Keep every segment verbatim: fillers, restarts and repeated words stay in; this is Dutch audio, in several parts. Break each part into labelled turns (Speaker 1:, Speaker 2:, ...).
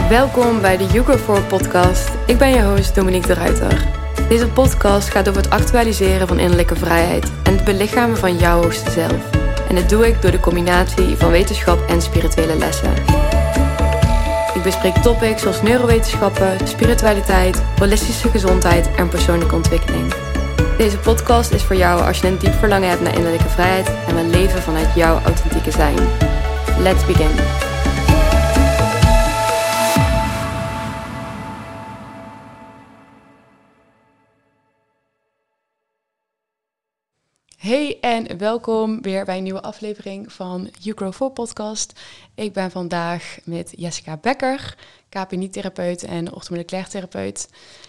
Speaker 1: Welkom bij de You Grow Forward podcast. Ik ben je host Dominique de Ruiter. Deze podcast gaat over het actualiseren van innerlijke vrijheid en het belichamen van jouw hoogste zelf. En dat doe ik door de combinatie van wetenschap en spirituele lessen. Ik bespreek topics zoals neurowetenschappen, spiritualiteit, holistische gezondheid en persoonlijke ontwikkeling. Deze podcast is voor jou als je een diep verlangen hebt naar innerlijke vrijheid en wil leven vanuit jouw authentieke zijn. Let's begin. Hey en welkom weer bij een nieuwe aflevering van You Grow Forward podcast. Ik ben vandaag met Jessica Becker, K P N-therapeut en orthomoleculair therapeut.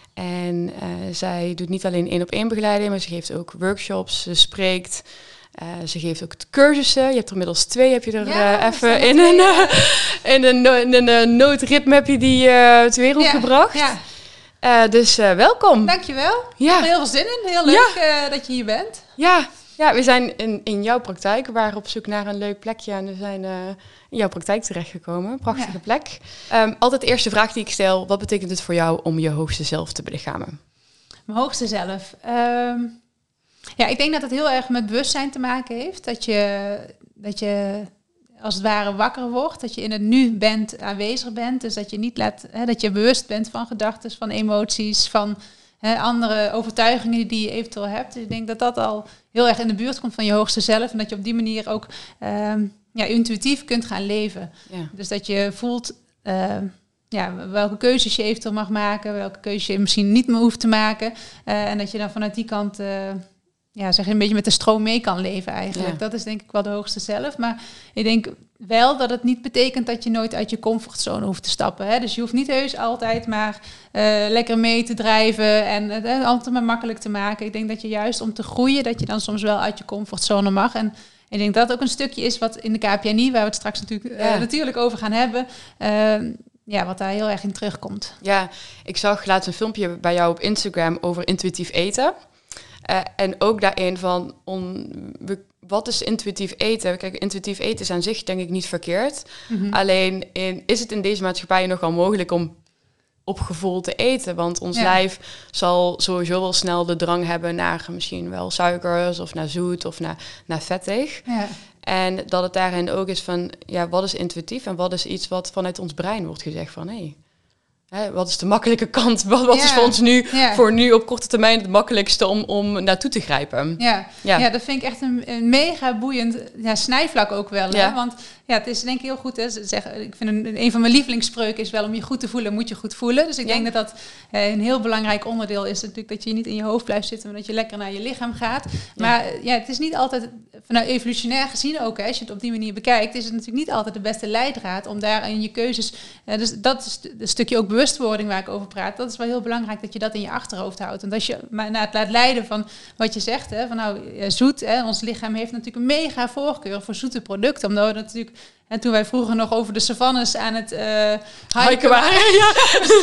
Speaker 1: En uh, zij doet niet alleen één op één begeleiding, maar ze geeft ook workshops, ze spreekt, uh, ze geeft ook cursussen. Je hebt er inmiddels twee, heb je er ja, uh, even in een, uh, in een, no- in een uh, noodritme heb je die uh, ter wereld ja, gebracht. Ja. Uh, dus uh, welkom.
Speaker 2: Dankjewel.
Speaker 1: Ja.
Speaker 2: Ik heb er heel veel zin in. Heel leuk ja. uh, dat je hier bent.
Speaker 1: Ja. Ja, we zijn in, in jouw praktijk. We waren op zoek naar een leuk plekje en we zijn uh, in jouw praktijk terechtgekomen. Prachtige ja. plek. Um, altijd de eerste vraag die ik stel. Wat betekent het voor jou om je hoogste zelf te belichamen?
Speaker 2: Mijn hoogste zelf? Um, ja, ik denk dat het heel erg met bewustzijn te maken heeft. Dat je, dat je als het ware wakker wordt. Dat je in het nu bent, aanwezig bent. Dus dat je niet laat, hè, dat je bewust bent van gedachten, van emoties, van He, andere overtuigingen die je eventueel hebt. Dus ik denk dat dat al heel erg in de buurt komt van je hoogste zelf. En dat je op die manier ook um, ja, intuïtief kunt gaan leven. Ja. Dus dat je voelt uh, ja, welke keuzes je eventueel mag maken. Welke keuzes je misschien niet meer hoeft te maken. Uh, en dat je dan vanuit die kant uh, ja, zeg, een beetje met de stroom mee kan leven eigenlijk. Ja. Dat is denk ik wel de hoogste zelf. Maar ik denk wel dat het niet betekent dat je nooit uit je comfortzone hoeft te stappen. Hè? Dus je hoeft niet heus altijd maar uh, lekker mee te drijven en het uh, altijd maar makkelijk te maken. Ik denk dat je juist om te groeien, dat je dan soms wel uit je comfortzone mag. En ik denk dat dat ook een stukje is wat in de K P N I, waar we het straks natuurlijk, uh, ja. natuurlijk over gaan hebben, uh, ja, wat daar heel erg in terugkomt.
Speaker 1: Ja, ik zag laatst een filmpje bij jou op Instagram over intuïtief eten. Uh, en ook daarin van, on, we, wat is intuïtief eten? Kijk, intuïtief eten is aan zich denk ik niet verkeerd. Mm-hmm. Alleen in, is het in deze maatschappij nogal mogelijk om op gevoel te eten? Want ons ja. lijf zal sowieso wel snel de drang hebben naar misschien wel suikers of naar zoet of naar, naar vettig. Ja. En dat het daarin ook is van, ja, wat is intuïtief en wat is iets wat vanuit ons brein wordt gezegd van, hé, hey, Hè, wat is de makkelijke kant? Wat, wat ja. is voor ons nu, ja. voor nu op korte termijn het makkelijkste om, om naartoe te grijpen?
Speaker 2: Ja, ja. ja dat vind ik echt een, een mega boeiend ja, snijvlak ook wel. Ja. Hè? Want ja, het is denk ik heel goed. Hè? Zeg, ik vind een, een van mijn lievelingsspreuken is wel om je goed te voelen, moet je goed voelen. Dus ik ja. denk dat dat uh, een heel belangrijk onderdeel is natuurlijk dat je niet in je hoofd blijft zitten, maar dat je lekker naar je lichaam gaat. Ja. Maar ja, het is niet altijd, vanuit evolutionair gezien ook, hè, als je het op die manier bekijkt, is het natuurlijk niet altijd de beste leidraad om daar in je keuzes, uh, dus dat is een stukje ook bewustwording waar ik over praat. Dat is wel heel belangrijk dat je dat in je achterhoofd houdt. Want als je maar naar het laat leiden van wat je zegt, hè, van nou ja, zoet, hè, ons lichaam heeft natuurlijk een mega voorkeur voor zoete producten, omdat we natuurlijk. En toen wij vroeger nog over de savannes aan het uh, hiken waren. Ja.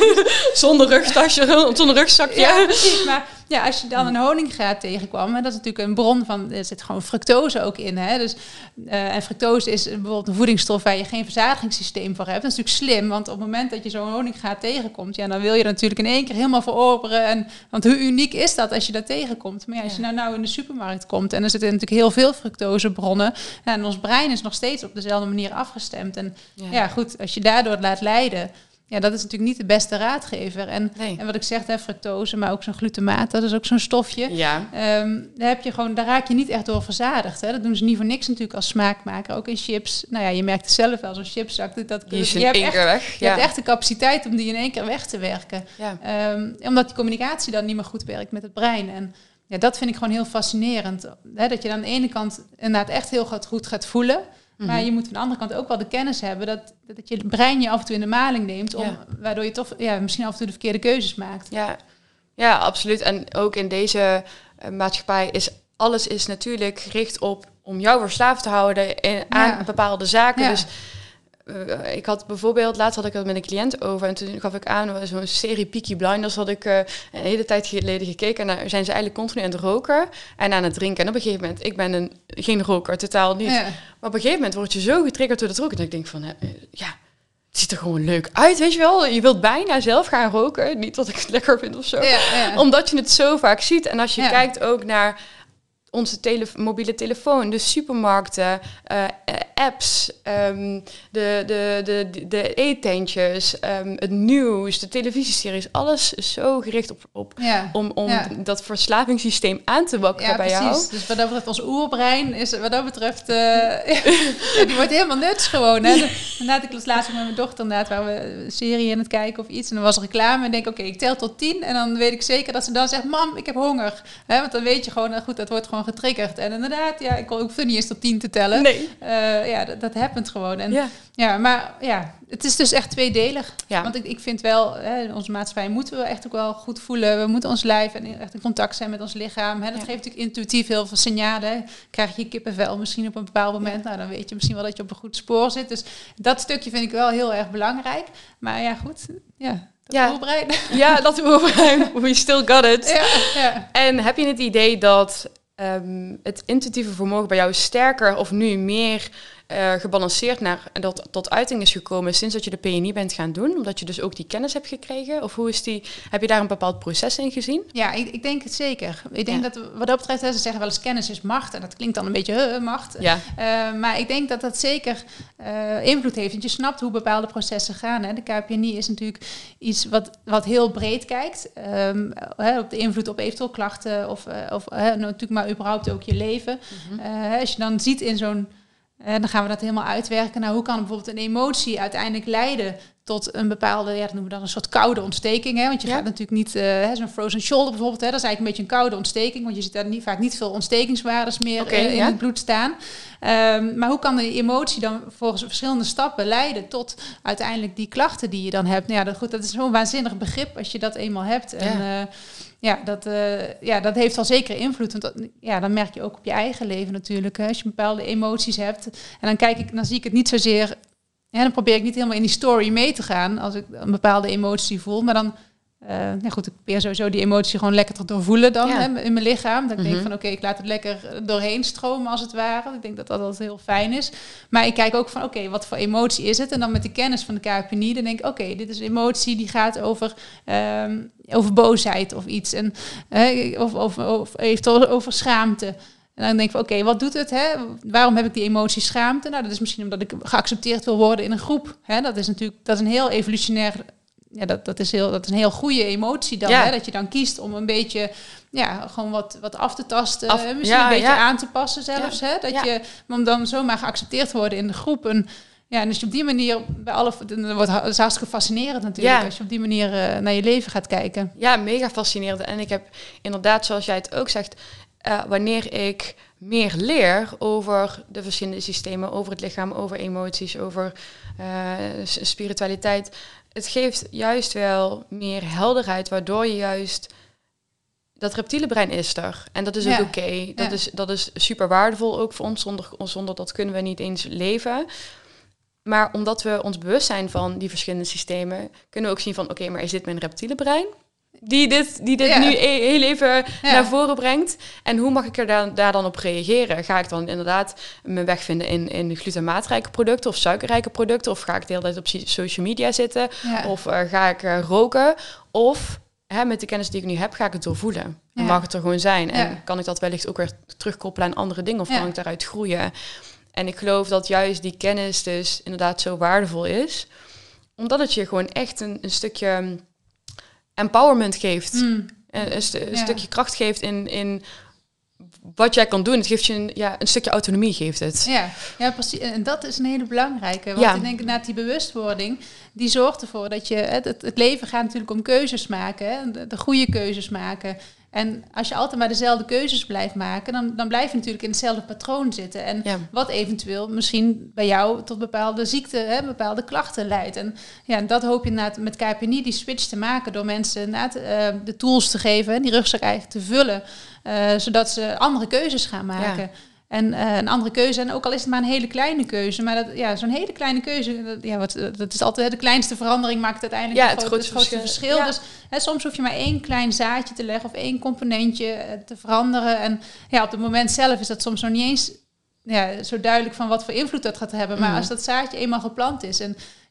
Speaker 1: Zonder rugtasje, zonder rugzakje.
Speaker 2: Ja, precies. Maar ja, als je dan een honingraat tegenkwam, en dat is natuurlijk een bron van, er zit gewoon fructose ook in. Hè? Dus, uh, en fructose is bijvoorbeeld een voedingsstof waar je geen verzadigingssysteem voor hebt. Dat is natuurlijk slim, want op het moment dat je zo'n honingraat tegenkomt, ja, dan wil je natuurlijk in één keer helemaal verorberen. En, want hoe uniek is dat als je dat tegenkomt? Maar ja, als je nou, nou in de supermarkt komt en er zitten natuurlijk heel veel fructosebronnen, ja, en ons brein is nog steeds op dezelfde manier afgestemd. En ja. ja, goed, als je daardoor het laat leiden, ja, dat is natuurlijk niet de beste raadgever. En, nee. en wat ik zeg, hè, fructose, maar ook zo'n glutamaat, dat is ook zo'n stofje. Ja. Um, daar, heb je gewoon, daar raak je niet echt door verzadigd. Hè. Dat doen ze niet voor niks natuurlijk als smaakmaker. Ook in chips. Nou ja, je merkt het zelf wel, zo'n chipszak. Dat,
Speaker 1: die is in
Speaker 2: je hebt
Speaker 1: één
Speaker 2: echt,
Speaker 1: keer weg.
Speaker 2: Je
Speaker 1: ja.
Speaker 2: hebt echt de capaciteit om die in één keer weg te werken. Ja. Um, omdat die communicatie dan niet meer goed werkt met het brein. En ja, dat vind ik gewoon heel fascinerend. Hè, dat je dan aan de ene kant inderdaad echt heel goed gaat voelen. Maar mm-hmm. je moet van de andere kant ook wel de kennis hebben dat, dat je brein je af en toe in de maling neemt, om, ja. waardoor je toch ja, misschien af en toe de verkeerde keuzes maakt.
Speaker 1: Ja, ja, absoluut. En ook in deze uh, maatschappij is alles is natuurlijk gericht op om jou verslaafd te houden in, aan ja. bepaalde zaken. Ja. Dus uh, ik had bijvoorbeeld, laatst had ik het met een cliënt over en toen gaf ik aan, zo'n serie Peaky Blinders had ik uh, een hele tijd geleden gekeken en daar zijn ze eigenlijk continu aan het roken en aan het drinken. En op een gegeven moment, ik ben een, geen roker, totaal niet. Ja. Maar op een gegeven moment word je zo getriggerd door het roken dat ik denk van, uh, ja, het het ziet er gewoon leuk uit, weet je wel. Je wilt bijna zelf gaan roken. Niet dat ik het lekker vind of zo. Ja, ja. Omdat je het zo vaak ziet. En als je ja. kijkt ook naar onze tele- mobiele telefoon, de supermarkten, uh, apps, um, de, de, de, de eetentjes, um, het nieuws, de televisieseries. Alles is zo gericht op, op ja. om, om ja. dat verslavingssysteem aan te wakkeren ja, bij precies. jou.
Speaker 2: Dus wat dat betreft, ons oerbrein is wat dat betreft, uh, ja, die wordt helemaal nuts gewoon. Hè. Inderdaad, ik was laatst met mijn dochter, inderdaad, waar we een serie aan het kijken of iets. En dan was er reclame en denk ik, oké, okay, ik tel tot tien. En dan weet ik zeker dat ze dan zegt, mam, ik heb honger. Hè, want dan weet je gewoon, goed, dat wordt gewoon getriggerd. En inderdaad, ja, ik hoef er niet eens tot tien te tellen.
Speaker 1: Nee.
Speaker 2: Uh, ja, dat, dat happent gewoon. En, ja. ja, maar ja, het is dus echt tweedelig. Ja. Want ik, ik vind wel, hè, onze maatschappij moeten we echt ook wel goed voelen. We moeten ons lijf en echt in contact zijn met ons lichaam. Hè. Dat ja. geeft natuurlijk intuïtief heel veel signalen. Krijg je kippenvel misschien op een bepaald moment. Ja. Nou, dan weet je misschien wel dat je op een goed spoor zit. Dus dat stukje vind ik wel heel erg belangrijk. Maar ja, goed, ja... Dat ja. oerbrein.
Speaker 1: Ja, dat oerbrein. We still got it.
Speaker 2: Ja, ja.
Speaker 1: En heb je het idee dat um, het intuïtieve vermogen bij jou sterker of nu meer uh, gebalanceerd naar dat tot uiting is gekomen sinds dat je de P N I bent gaan doen? Omdat je dus ook die kennis hebt gekregen? Of hoe is die? Heb je daar een bepaald proces in gezien?
Speaker 2: Ja, ik, ik denk het zeker. Ik denk ja. dat wat dat betreft, hè, ze zeggen wel eens kennis is macht. En dat klinkt dan een beetje uh, macht.
Speaker 1: Ja.
Speaker 2: Uh, maar ik denk dat dat zeker uh, invloed heeft. Want je snapt hoe bepaalde processen gaan. Hè. De K P N I is natuurlijk iets wat, wat heel breed kijkt. Um, hè, op de invloed op eventueel klachten. Of, uh, of uh, natuurlijk maar überhaupt ook je leven. Mm-hmm. Uh, als je dan ziet in zo'n... En dan gaan we dat helemaal uitwerken. Nou, hoe kan bijvoorbeeld een emotie uiteindelijk leiden tot een bepaalde, ja, dat noemen we dan een soort koude ontsteking. Hè? Want je ja. gaat natuurlijk niet, uh, zo'n frozen shoulder bijvoorbeeld, hè, dat is eigenlijk een beetje een koude ontsteking, want je ziet daar niet, vaak niet veel ontstekingswaardes meer okay, uh, in ja. het bloed staan. Um, maar hoe kan die emotie dan volgens verschillende stappen leiden tot uiteindelijk die klachten die je dan hebt? Nou ja, dat, goed, dat is zo'n waanzinnig begrip als je dat eenmaal hebt. Ja. En, uh, Ja, dat, uh, ja, dat heeft wel zeker invloed. Want dat, ja, dan merk je ook op je eigen leven natuurlijk. Hè. Als je bepaalde emoties hebt. En dan kijk ik, dan zie ik het niet zozeer. Ja, dan probeer ik niet helemaal in die story mee te gaan als ik een bepaalde emotie voel. Maar dan, uh, nou goed, ik probeer sowieso die emotie gewoon lekker te doorvoelen dan ja. hè, in mijn lichaam. Dat ik mm-hmm. denk van oké, okay, ik laat het lekker doorheen stromen als het ware. Ik denk dat dat altijd heel fijn is. Maar ik kijk ook van oké, okay, wat voor emotie is het? En dan met de kennis van de K P N I, dan denk ik oké, okay, dit is een emotie die gaat over... Um, over boosheid of iets. En, uh, of, of, of eventueel over schaamte. En dan denk ik van, oké, okay, wat doet het? Hè? Waarom heb ik die emotie schaamte? Nou, dat is misschien omdat ik geaccepteerd wil worden in een groep. Hè? Dat is natuurlijk, dat is een heel evolutionair... Ja, dat, dat, is heel, dat is een heel goede emotie dan. Ja. Hè? Dat je dan kiest om een beetje... Ja, gewoon wat, wat af te tasten. Af, misschien ja, een beetje ja. aan te passen zelfs. Ja. Hè? Dat ja. je, om dan zomaar geaccepteerd te worden in de groep... En, ja, en als je op die manier bij alle, dan wordt het is hartstikke fascinerend natuurlijk ja. als je op die manier uh, naar je leven gaat kijken.
Speaker 1: Ja, mega fascinerend. En ik heb inderdaad, zoals jij het ook zegt, uh, wanneer ik meer leer over de verschillende systemen, over het lichaam, over emoties, over uh, spiritualiteit, het geeft juist wel meer helderheid, waardoor je juist dat reptiele brein is er. En dat is ook ja. oké. Okay. Dat, ja. is, dat is super waardevol ook voor ons. Zonder, zonder dat kunnen we niet eens leven. Maar omdat we ons bewust zijn van die verschillende systemen, kunnen we ook zien van, oké, okay, maar is dit mijn reptiele brein? Die dit, die dit ja. nu e- heel even ja. naar voren brengt. En hoe mag ik er daar, daar dan op reageren? Ga ik dan inderdaad mijn weg vinden in, in glutamaatrijke producten of suikerrijke producten? Of ga ik de hele tijd op social media zitten? Ja. Of uh, ga ik uh, roken? Of hè, met de kennis die ik nu heb, ga ik het doorvoelen? Ja. Mag het er gewoon zijn? En ja. kan ik dat wellicht ook weer terugkoppelen aan andere dingen? Of ja. kan ik daaruit groeien? En ik geloof dat juist die kennis dus inderdaad zo waardevol is. Omdat het je gewoon echt een, een stukje empowerment geeft. Mm. Een, een, st- een ja. stukje kracht geeft in, in wat jij kan doen. Het geeft je een, ja, een stukje autonomie geeft het.
Speaker 2: Ja, ja, precies. En dat is een hele belangrijke. Want ja. ik denk inderdaad die bewustwording, die zorgt ervoor dat je... Het, het leven gaat natuurlijk om keuzes maken. Hè? De, de goede keuzes maken. En als je altijd maar dezelfde keuzes blijft maken, dan, dan blijf je natuurlijk in hetzelfde patroon zitten. En ja. wat eventueel misschien bij jou tot bepaalde ziekten, hè, bepaalde klachten leidt. En ja, dat hoop je inderdaad met K P N I die switch te maken door mensen inderdaad uh, de tools te geven, die rugzak eigenlijk te vullen, uh, zodat ze andere keuzes gaan maken. Ja. En uh, een andere keuze, en ook al is het maar een hele kleine keuze, maar dat, ja, zo'n hele kleine keuze, dat, ja, wat, dat is altijd de kleinste verandering maakt uiteindelijk
Speaker 1: ja,
Speaker 2: het,
Speaker 1: het,
Speaker 2: groot,
Speaker 1: grootste
Speaker 2: het grootste verschil. verschil. Ja. Dus hè, soms hoef je maar één klein zaadje te leggen of één componentje uh, te veranderen. En ja, op het moment zelf is dat soms nog niet eens ja, zo duidelijk van wat voor invloed dat gaat hebben. Maar mm. als dat zaadje eenmaal geplant is en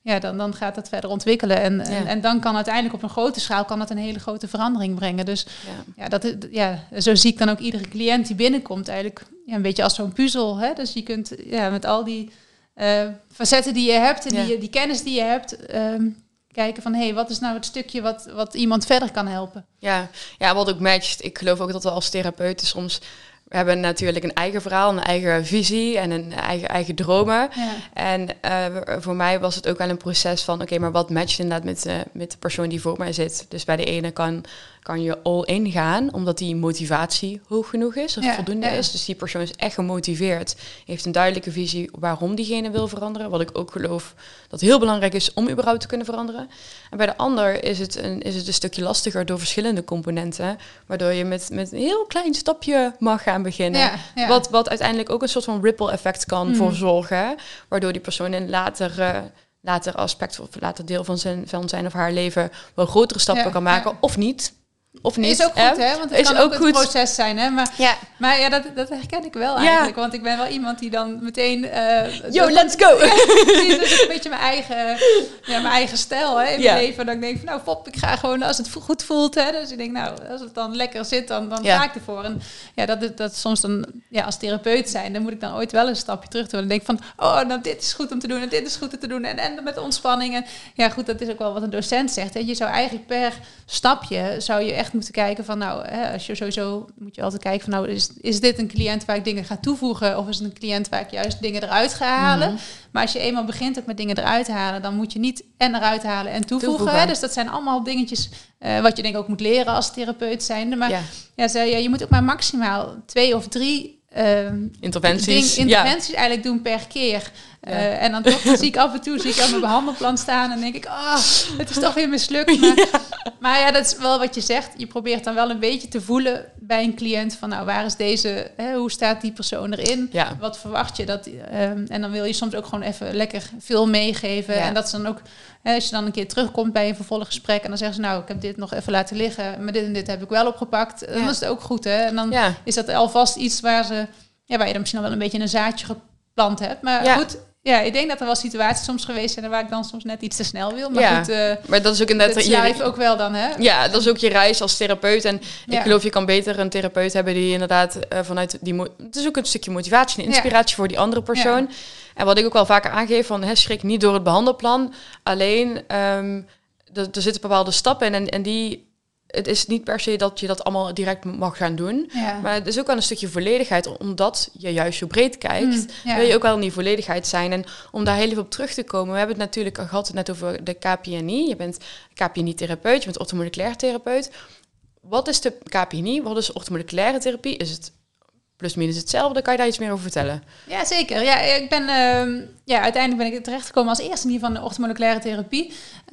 Speaker 2: ja, dan, dan gaat het verder ontwikkelen. En,
Speaker 1: Ja.
Speaker 2: en, en dan kan uiteindelijk op een grote schaal kan dat een hele grote verandering brengen. Dus
Speaker 1: Ja.
Speaker 2: ja, dat, is- ja, zo zie ik dan ook iedere cliënt die binnenkomt eigenlijk ja, een beetje als zo'n puzzel. Hè? Dus je kunt ja, met al die uh, facetten die je hebt en
Speaker 1: Ja.
Speaker 2: die, die kennis die je hebt, um, kijken van hé, hey, wat is nou het stukje wat, wat iemand verder kan helpen.
Speaker 1: Ja. ja, wat ook matcht. Ik geloof ook dat we als therapeuten soms... We hebben natuurlijk een eigen verhaal, een eigen visie en een eigen, eigen dromen.
Speaker 2: Ja.
Speaker 1: En uh, voor mij was het ook wel een proces van... oké, okay, maar wat matcht inderdaad met, uh, met de persoon die voor mij zit? Dus bij de ene kan, kan je all in gaan... omdat die motivatie hoog genoeg is of
Speaker 2: ja,
Speaker 1: voldoende
Speaker 2: ja.
Speaker 1: is. Dus die persoon is echt gemotiveerd. Heeft een duidelijke visie waarom diegene wil veranderen. Wat ik ook geloof dat heel belangrijk is om überhaupt te kunnen veranderen. En bij de ander is het een, is het een stukje lastiger door verschillende componenten... waardoor je met, met een heel klein stapje mag gaan beginnen.
Speaker 2: Ja, ja.
Speaker 1: Wat, wat uiteindelijk ook een soort van ripple effect kan mm. voor zorgen. Waardoor die persoon in later, uh, later aspect of later deel van zijn, van zijn of haar leven wel grotere stappen ja, kan maken. Ja. Of niet. Of niet.
Speaker 2: Is ook goed, hè? Want het
Speaker 1: is
Speaker 2: kan ook, ook een proces zijn, hè? Maar
Speaker 1: ja,
Speaker 2: maar ja dat, dat herken ik wel eigenlijk. Ja. Want ik ben wel iemand die dan meteen... Uh,
Speaker 1: Yo, let's go!
Speaker 2: Ja, precies, dat is een beetje mijn eigen, ja, mijn eigen stijl hè, in ja. mijn leven. Dat ik denk van, nou, pop, ik ga gewoon als het goed voelt. Hè? Dus ik denk, nou, als het dan lekker zit, dan, dan ja. ga ik ervoor. En ja, dat, dat soms dan, ja, als therapeut zijn, dan moet ik dan ooit wel een stapje terug doen. Dan denk ik van, oh, nou, dit is goed om te doen en dit is goed om te doen. En, en met ontspanning. En ja, goed, dat is ook wel wat een docent zegt. Hè? Je zou eigenlijk per stapje, zou je echt moeten kijken van, nou, hè, als je sowieso moet je altijd kijken van, nou, is, is dit een cliënt waar ik dingen ga toevoegen of is het een cliënt waar ik juist dingen eruit ga halen? Mm-hmm. Maar als je eenmaal begint ook met dingen eruit halen, dan moet je niet en eruit halen en toevoegen. toevoegen. Hè? Dus dat zijn allemaal dingetjes uh, wat je denk ik ook moet leren als therapeut zijnde. Maar ja. Ja, zo, ja, je moet ook maar maximaal twee of drie Uh,
Speaker 1: interventies,
Speaker 2: ding, interventies ja. eigenlijk doen per keer. Ja. Uh, en dan toch zie ik af en toe zie ik aan mijn behandelplan staan en denk ik, ah, oh, het is toch weer mislukt. Maar ja. maar ja, dat is wel wat je zegt. Je probeert dan wel een beetje te voelen bij een cliënt van, nou, waar is deze, hè, hoe staat die persoon erin?
Speaker 1: Ja.
Speaker 2: Wat verwacht je? Dat, um, en dan wil je soms ook gewoon even lekker veel meegeven. Ja. En dat is dan ook, hè, als je dan een keer terugkomt bij een vervolggesprek en dan zeggen ze, nou, ik heb dit nog even laten liggen, maar dit en dit heb ik wel opgepakt. Dan ja. is het ook goed, hè? En dan ja. is dat alvast iets waar ze, ja, waar je dan misschien al wel een beetje een zaadje geplant hebt. Maar ja. goed, ja, ik denk dat er wel situaties soms geweest zijn waar ik dan soms net iets te snel wil. Maar
Speaker 1: ja,
Speaker 2: goed, uh,
Speaker 1: maar dat is ook inderdaad
Speaker 2: je live ook wel dan, hè?
Speaker 1: Ja, dat is ook je reis als therapeut. En
Speaker 2: ja.
Speaker 1: ik geloof, je kan beter een therapeut hebben die inderdaad uh, vanuit die... Mo- het is ook een stukje motivatie en inspiratie ja. voor die andere persoon. Ja. En wat ik ook wel vaker aangeef, van hè, schrik niet door het behandelplan. Alleen, um, er, er zitten bepaalde stappen in en, en die... Het is niet per se dat je dat allemaal direct mag gaan doen.
Speaker 2: Ja.
Speaker 1: Maar het is ook wel een stukje volledigheid. Omdat je juist zo breed kijkt, mm, ja. wil je ook wel in die volledigheid zijn. En om daar heel even op terug te komen. We hebben het natuurlijk gehad het net over de K P N I. Je bent K P N I-therapeut, je bent orthomoleculair therapeut. Wat is de K P N I? Wat is orthomoleculaire therapie? Is het plus minus hetzelfde? Kan je daar iets meer over vertellen?
Speaker 2: Ja, zeker. Ja, ik ben, uh, ja, uiteindelijk ben ik terechtgekomen als eerste hier van de orthomoleculaire therapie.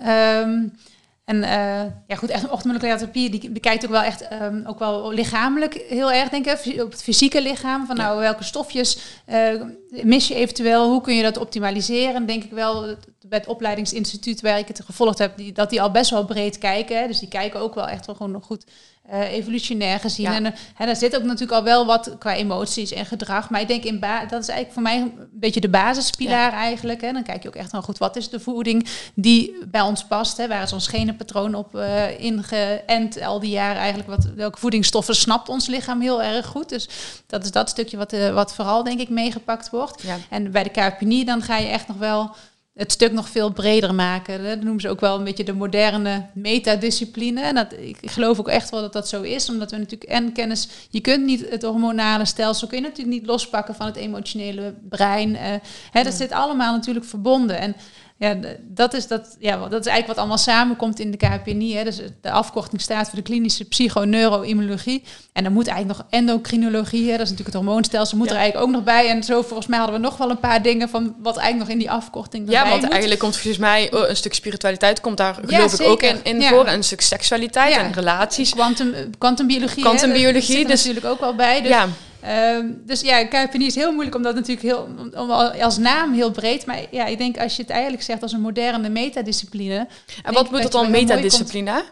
Speaker 2: Um, En uh, ja, goed, echt een orthomoleculaire therapie, die bekijkt ook wel echt, um, ook wel lichamelijk heel erg, denk ik, op het fysieke lichaam. Van ja. nou, welke stofjes uh, mis je eventueel, hoe kun je dat optimaliseren? Denk ik wel, bij het opleidingsinstituut waar ik het gevolgd heb, die, dat die al best wel breed kijken. Hè. Dus die kijken ook wel echt wel gewoon nog goed uh, evolutionair gezien. Ja. En uh, hè, daar zit ook natuurlijk al wel wat qua emoties en gedrag. Maar ik denk, in ba- dat is eigenlijk voor mij een beetje de basispilaar ja. eigenlijk. Hè. Dan kijk je ook echt wel goed, wat is de voeding die bij ons past? Hè. Waar is ons genenpatroon op uh, ingeënt al die jaren eigenlijk? Wat, welke voedingsstoffen snapt ons lichaam heel erg goed? Dus dat is dat stukje wat, uh, wat vooral, denk ik, meegepakt wordt.
Speaker 1: Ja.
Speaker 2: En bij de K P N I dan ga je echt nog wel het stuk nog veel breder maken. Dat noemen ze ook wel een beetje de moderne metadiscipline. En dat, ik geloof ook echt wel dat dat zo is. Omdat we natuurlijk en kennis... Je kunt niet het hormonale stelsel... kun je natuurlijk niet lospakken van het emotionele brein. Uh, hè, dat ja. zit allemaal natuurlijk verbonden. En ja, dat is, dat, ja, dat is eigenlijk wat allemaal samenkomt in de K P N I. Hè. Dus de afkorting staat voor de klinische psychoneuroimmunologie. En dan moet eigenlijk nog endocrinologie. Hè. Dat is natuurlijk het hormoonstelsel. Moet ja. er eigenlijk ook nog bij. En zo volgens mij hadden we nog wel een paar dingen van wat eigenlijk nog in die afkorting
Speaker 1: Ja, want
Speaker 2: moet.
Speaker 1: eigenlijk komt volgens mij oh, een stuk spiritualiteit komt daar geloof ja, ik ook in, in ja. voor. En een stuk seksualiteit ja. en relaties.
Speaker 2: Quantumbiologie.
Speaker 1: Quantumbiologie.
Speaker 2: Zit er
Speaker 1: dus
Speaker 2: natuurlijk ook wel bij. Dus,
Speaker 1: ja.
Speaker 2: Um, dus ja, K P N I is heel moeilijk, omdat natuurlijk heel, om, als naam heel breed. Maar ja, ik denk als je het eigenlijk zegt als een moderne metadiscipline.
Speaker 1: En wat moet dat dan metadiscipline?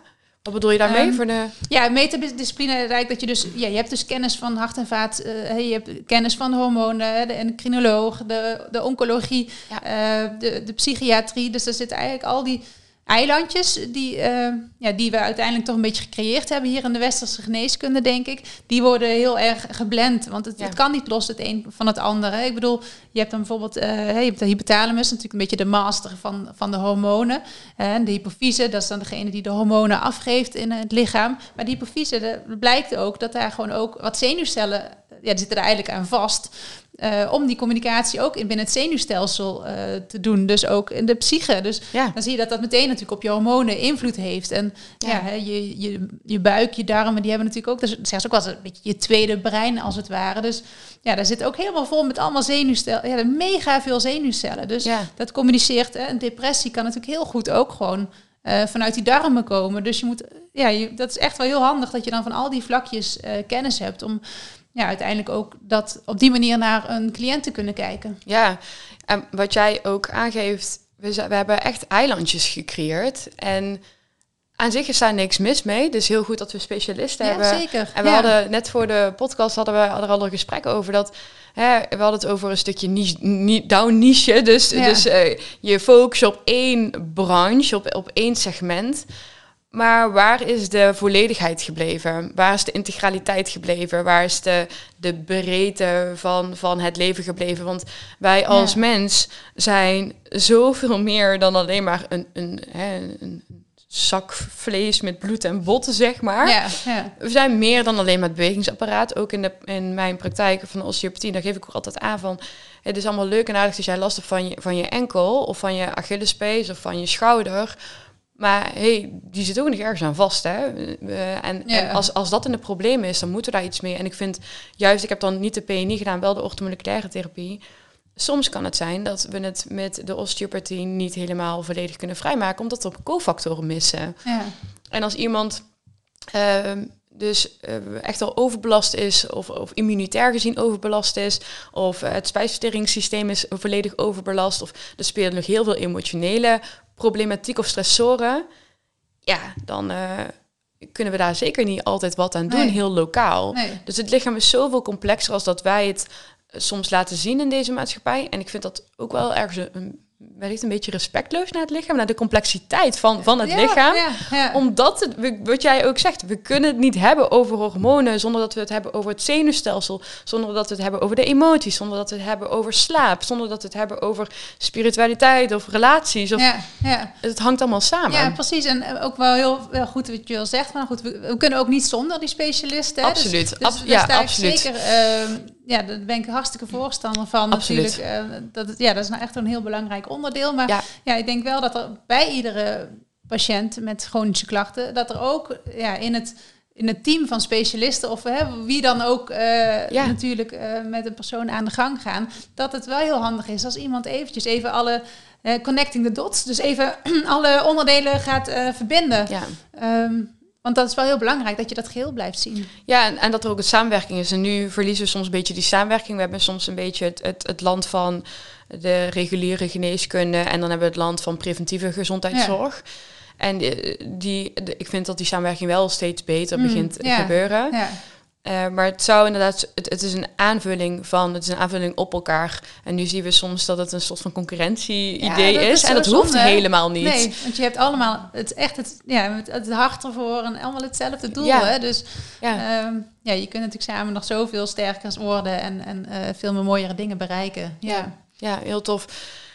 Speaker 1: Wat bedoel je daarmee?
Speaker 2: Um,
Speaker 1: voor de...
Speaker 2: Ja, metadiscipline eigenlijk dat je dus... Ja, je hebt dus kennis van hart en vaat. Uh, je hebt kennis van de hormonen, de endocrinoloog, de, de oncologie, ja. uh, de, de psychiatrie. Dus er zitten eigenlijk al die eilandjes die, uh, ja, die we uiteindelijk toch een beetje gecreëerd hebben hier in de westerse geneeskunde, denk ik. Die worden heel erg geblend, want het, ja. het kan niet los het een van het andere. Ik bedoel, je hebt dan bijvoorbeeld uh, je hebt de hypothalamus, natuurlijk een beetje de master van, van de hormonen. Uh, de hypofyse, dat is dan degene die de hormonen afgeeft in het lichaam. Maar die hypofyse, de, blijkt ook dat daar gewoon ook wat zenuwcellen, ja, die zitten er eigenlijk aan vast. Uh, om die communicatie ook in binnen het zenuwstelsel uh, te doen. Dus ook in de psyche. Dus ja. dan zie je dat dat meteen natuurlijk op je hormonen invloed heeft. En ja, ja hè, je, je, je buik, je darmen, die hebben natuurlijk ook... Dus zeggen ze ook wel eens een beetje je tweede brein als het ware. Dus ja, daar zit ook helemaal vol met allemaal zenuwcellen. Ja, mega veel zenuwcellen. Dus ja. dat communiceert. Hè, een depressie kan natuurlijk heel goed ook gewoon uh, vanuit die darmen komen. Dus je moet... Ja, je, dat is echt wel heel handig dat je dan van al die vlakjes uh, kennis hebt om... Ja, uiteindelijk ook dat op die manier naar een cliënt te kunnen kijken.
Speaker 1: Ja, en wat jij ook aangeeft, we, we hebben echt eilandjes gecreëerd. En aan zich is daar niks mis mee. Dus heel goed dat we specialisten
Speaker 2: ja,
Speaker 1: hebben.
Speaker 2: Zeker.
Speaker 1: En we
Speaker 2: ja.
Speaker 1: hadden net voor de podcast hadden we hadden er al een gesprek over dat. Hè, we hadden het over een stukje niche, down niche. Dus, ja. dus uh, je focus op één branche, op, op één segment. Maar waar is de volledigheid gebleven? Waar is de integraliteit gebleven? Waar is de, de breedte van, van het leven gebleven? Want wij als ja. mens zijn zoveel meer dan alleen maar een, een, hè, een zak vlees met bloed en botten, zeg maar.
Speaker 2: Ja, ja.
Speaker 1: We zijn meer dan alleen maar het bewegingsapparaat. Ook in, de, in mijn praktijk van de osteopathie, daar geef ik ook altijd aan van... Het is allemaal leuk en aardig dat jij last hebt van je, van je enkel... of van je Achillespees of van je schouder... Maar hey, die zit ook nog ergens aan vast, hè? Uh, en
Speaker 2: ja.
Speaker 1: en als, als dat een probleem is, dan moeten we daar iets mee. En ik vind juist, ik heb dan niet de P N I gedaan, wel de orthomoleculaire therapie. Soms kan het zijn dat we het met de osteopathie niet helemaal volledig kunnen vrijmaken, omdat er cofactoren missen.
Speaker 2: Ja.
Speaker 1: En als iemand uh, dus uh, echt al overbelast is, of, of immunitair gezien overbelast is, of uh, het spijsverteringssysteem is volledig overbelast, of er spelen nog heel veel emotionele problematiek of stressoren, ja, dan uh, kunnen we daar zeker niet altijd wat aan doen, nee. heel lokaal. Nee. Dus het lichaam is zoveel complexer als dat wij het uh, soms laten zien in deze maatschappij. En ik vind dat ook wel ergens een, een, wellicht een beetje respectloos naar het lichaam, naar de complexiteit van, van het ja, lichaam. Ja, ja. Omdat, het, wat jij ook zegt, we kunnen het niet hebben over hormonen zonder dat we het hebben over het zenuwstelsel, zonder dat we het hebben over de emoties, zonder dat we het hebben over slaap, zonder dat we het hebben over spiritualiteit of relaties. Of,
Speaker 2: ja, ja.
Speaker 1: Het hangt allemaal samen.
Speaker 2: Ja, precies. En ook wel heel, heel goed wat je al zegt. Maar goed, we, we kunnen ook niet zonder die specialisten. Hè?
Speaker 1: Absoluut.
Speaker 2: Dus, dus
Speaker 1: Ab- ja,
Speaker 2: daar
Speaker 1: absoluut.
Speaker 2: Zeker, uh, ja, daar ben ik hartstikke voorstander van.
Speaker 1: Absoluut.
Speaker 2: Natuurlijk, uh, dat, het, ja, dat is nou echt een heel belangrijk onderdeel. Maar ja. ja, ik denk wel dat er bij iedere patiënt met chronische klachten, dat er ook ja, in het in het team van specialisten of hè, wie dan ook uh, ja. natuurlijk uh, met een persoon aan de gang gaan, dat het wel heel handig is als iemand eventjes even alle uh, connecting the dots, dus even alle onderdelen gaat uh, verbinden. Ja. Um, want dat is wel heel belangrijk, dat je dat geheel blijft zien.
Speaker 1: Ja, en, en dat er ook een samenwerking is. En nu verliezen we soms een beetje die samenwerking. We hebben soms een beetje het, het, het land van de reguliere geneeskunde en dan hebben we het land van preventieve gezondheidszorg. Ja. En die, die, de, ik vind dat die samenwerking wel steeds beter mm, begint te ja, gebeuren. Ja. Uh, maar het zou inderdaad, het, het is een aanvulling van, het is een aanvulling op elkaar. En nu zien we soms dat het een soort van concurrentie-idee ja, is. is. En dat hoeft zonde. helemaal niet.
Speaker 2: Nee, want je hebt allemaal het echt het, ja, het, het hart ervoor en allemaal hetzelfde doel.
Speaker 1: Ja.
Speaker 2: Hè? Dus
Speaker 1: ja.
Speaker 2: Um, ja, je kunt natuurlijk samen nog zoveel sterker worden en, en uh, veel meer mooiere dingen bereiken. Ja,
Speaker 1: ja. ja heel tof.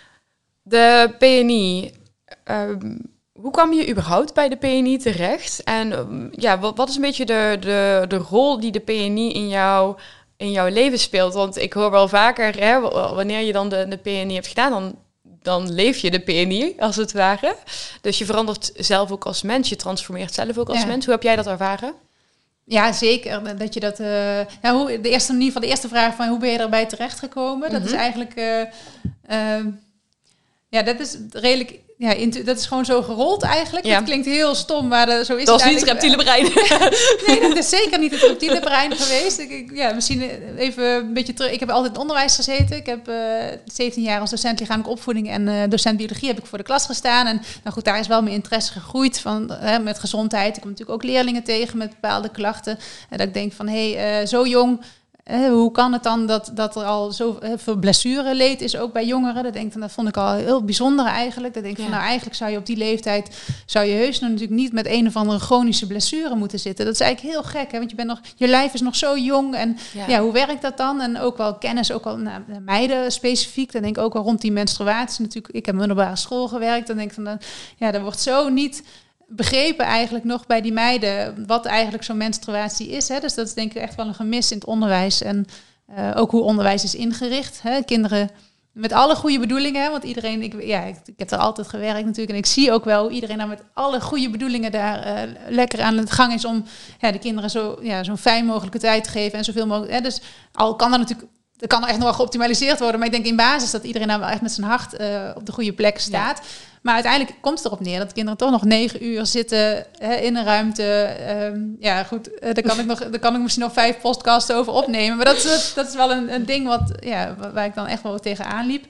Speaker 1: De P N I. Um, Hoe kwam je überhaupt bij de P N I terecht? En um, ja, wat, wat is een beetje de, de, de rol die de P N I in, jou, in jouw leven speelt? Want ik hoor wel vaker, hè, wanneer je dan de, de P N I hebt gedaan, dan, dan leef je de P N I, als het ware. Dus je verandert zelf ook als mens, je transformeert zelf ook als ja. mens. Hoe heb jij dat ervaren?
Speaker 2: Ja, zeker. Dat je dat. Uh, ja, hoe, de eerste, in ieder geval de eerste vraag van hoe ben je erbij terechtgekomen? Mm-hmm. Dat is eigenlijk. Uh, uh, Ja, dat is redelijk... Ja, intu- dat is gewoon zo gerold eigenlijk.
Speaker 1: Ja.
Speaker 2: Het klinkt heel stom, maar uh, zo is
Speaker 1: dat
Speaker 2: het
Speaker 1: was niet het reptiele brein.
Speaker 2: Nee, dat is zeker niet het reptiele brein geweest. Ik, ik, ja, misschien even een beetje terug. Ik heb altijd in het onderwijs gezeten. Ik heb uh, zeventien jaar als docent lichamelijke opvoeding en uh, docent biologie heb ik voor de klas gestaan. En nou goed, daar is wel mijn interesse gegroeid van, uh, met gezondheid. Ik kom natuurlijk ook leerlingen tegen met bepaalde klachten. En dat ik denk van, hé, hey, uh, zo jong... Uh, hoe kan het dan dat, dat er al zoveel blessureleed is, ook bij jongeren? Dat, denk ik, dat vond ik al heel bijzonder eigenlijk. Dat denk ik ja. van, nou eigenlijk zou je op die leeftijd, zou je heus nog natuurlijk niet met een of andere chronische blessure moeten zitten. Dat is eigenlijk heel gek, hè? Want je bent nog, je lijf is nog zo jong. En ja. ja, hoe werkt dat dan? En ook wel kennis, ook wel naar nou, meiden specifiek. Dan denk ik ook wel rond die menstruatie natuurlijk. Ik heb in middelbare school gewerkt. Dan denk ik van, dan, ja, dat wordt zo niet... begrepen eigenlijk nog bij die meiden wat eigenlijk zo'n menstruatie is. Hè? Dus dat is denk ik echt wel een gemis in het onderwijs. En uh, ook hoe onderwijs is ingericht. Hè? Kinderen met alle goede bedoelingen. Hè? Want iedereen, ik, ja, ik, ik heb er altijd gewerkt natuurlijk. En ik zie ook wel hoe iedereen nou met alle goede bedoelingen daar uh, lekker aan de gang is om ja, de kinderen zo, ja, zo'n fijn mogelijke tijd te geven. En zoveel mogelijk. Hè? Dus al kan dat natuurlijk... Er kan er echt nog wel geoptimaliseerd worden. Maar ik denk in basis dat iedereen nou wel echt met zijn hart uh, op de goede plek staat. Ja. Maar uiteindelijk komt het erop neer dat kinderen toch nog negen uur zitten hè, in een ruimte. Um, ja, goed, uh, daar kan ik nog, daar kan ik misschien nog vijf podcasts over opnemen. Maar dat is, dat is wel een, een ding wat, ja, waar ik dan echt wel tegenaan liep.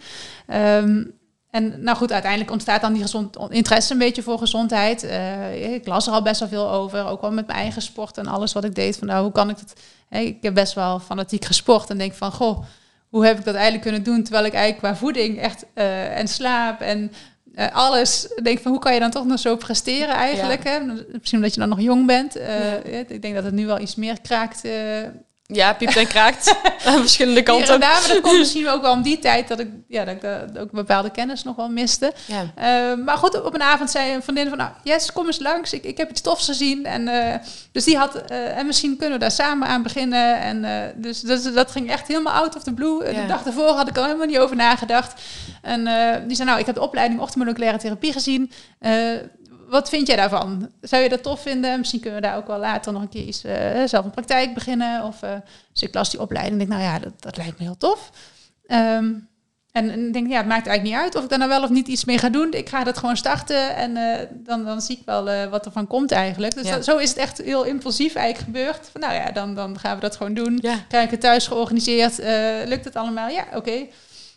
Speaker 2: Um, en nou goed, uiteindelijk ontstaat dan die gezond interesse een beetje voor gezondheid. Uh, ik las er al best wel veel over, ook wel met mijn eigen sport en alles wat ik deed. Van nou, hoe kan ik dat? Hey, ik heb best wel fanatiek gesport en denk van, goh, hoe heb ik dat eigenlijk kunnen doen? Terwijl ik eigenlijk qua voeding echt uh, en slaap en uh, alles denk van, hoe kan je dan toch nog zo presteren eigenlijk? Ja. Hè? Misschien omdat je dan nog jong bent. Uh, ja. Ik denk dat het nu wel iets meer kraakt. Uh,
Speaker 1: Ja, piept en kraakt aan verschillende kanten.
Speaker 2: Ja, maar dat komt misschien ook wel om die tijd dat ik, ja, dat ik de, ook bepaalde kennis nog wel miste. Ja. Uh, maar goed, op een avond zei een vriendin van, nou, yes, kom eens langs. Ik, ik heb iets tofs gezien. En, uh, dus die had, uh, en misschien kunnen we daar samen aan beginnen. En uh, dus dat, dat ging echt helemaal out of the blue. Ja. De dag daarvoor had ik al helemaal niet over nagedacht. En uh, die zei, nou, ik heb de opleiding orthomoleculaire therapie gezien. Uh, Wat vind jij daarvan? Zou je dat tof vinden? Misschien kunnen we daar ook wel later nog een keer iets, uh, zelf een praktijk beginnen. Of, uh, dus ik las die opleiding en denk, nou ja, dat, dat lijkt me heel tof. Um, en, en ik denk, ja, het maakt eigenlijk niet uit of ik daar nou wel of niet iets mee ga doen. Ik ga dat gewoon starten en uh, dan, dan zie ik wel uh, wat er van komt eigenlijk. Dus ja. dat, zo is het echt heel impulsief eigenlijk gebeurd. Van, nou ja, dan, dan gaan we dat gewoon doen. Ja. Krijg ik het thuis georganiseerd? Uh, lukt het allemaal? Ja, oké. Okay.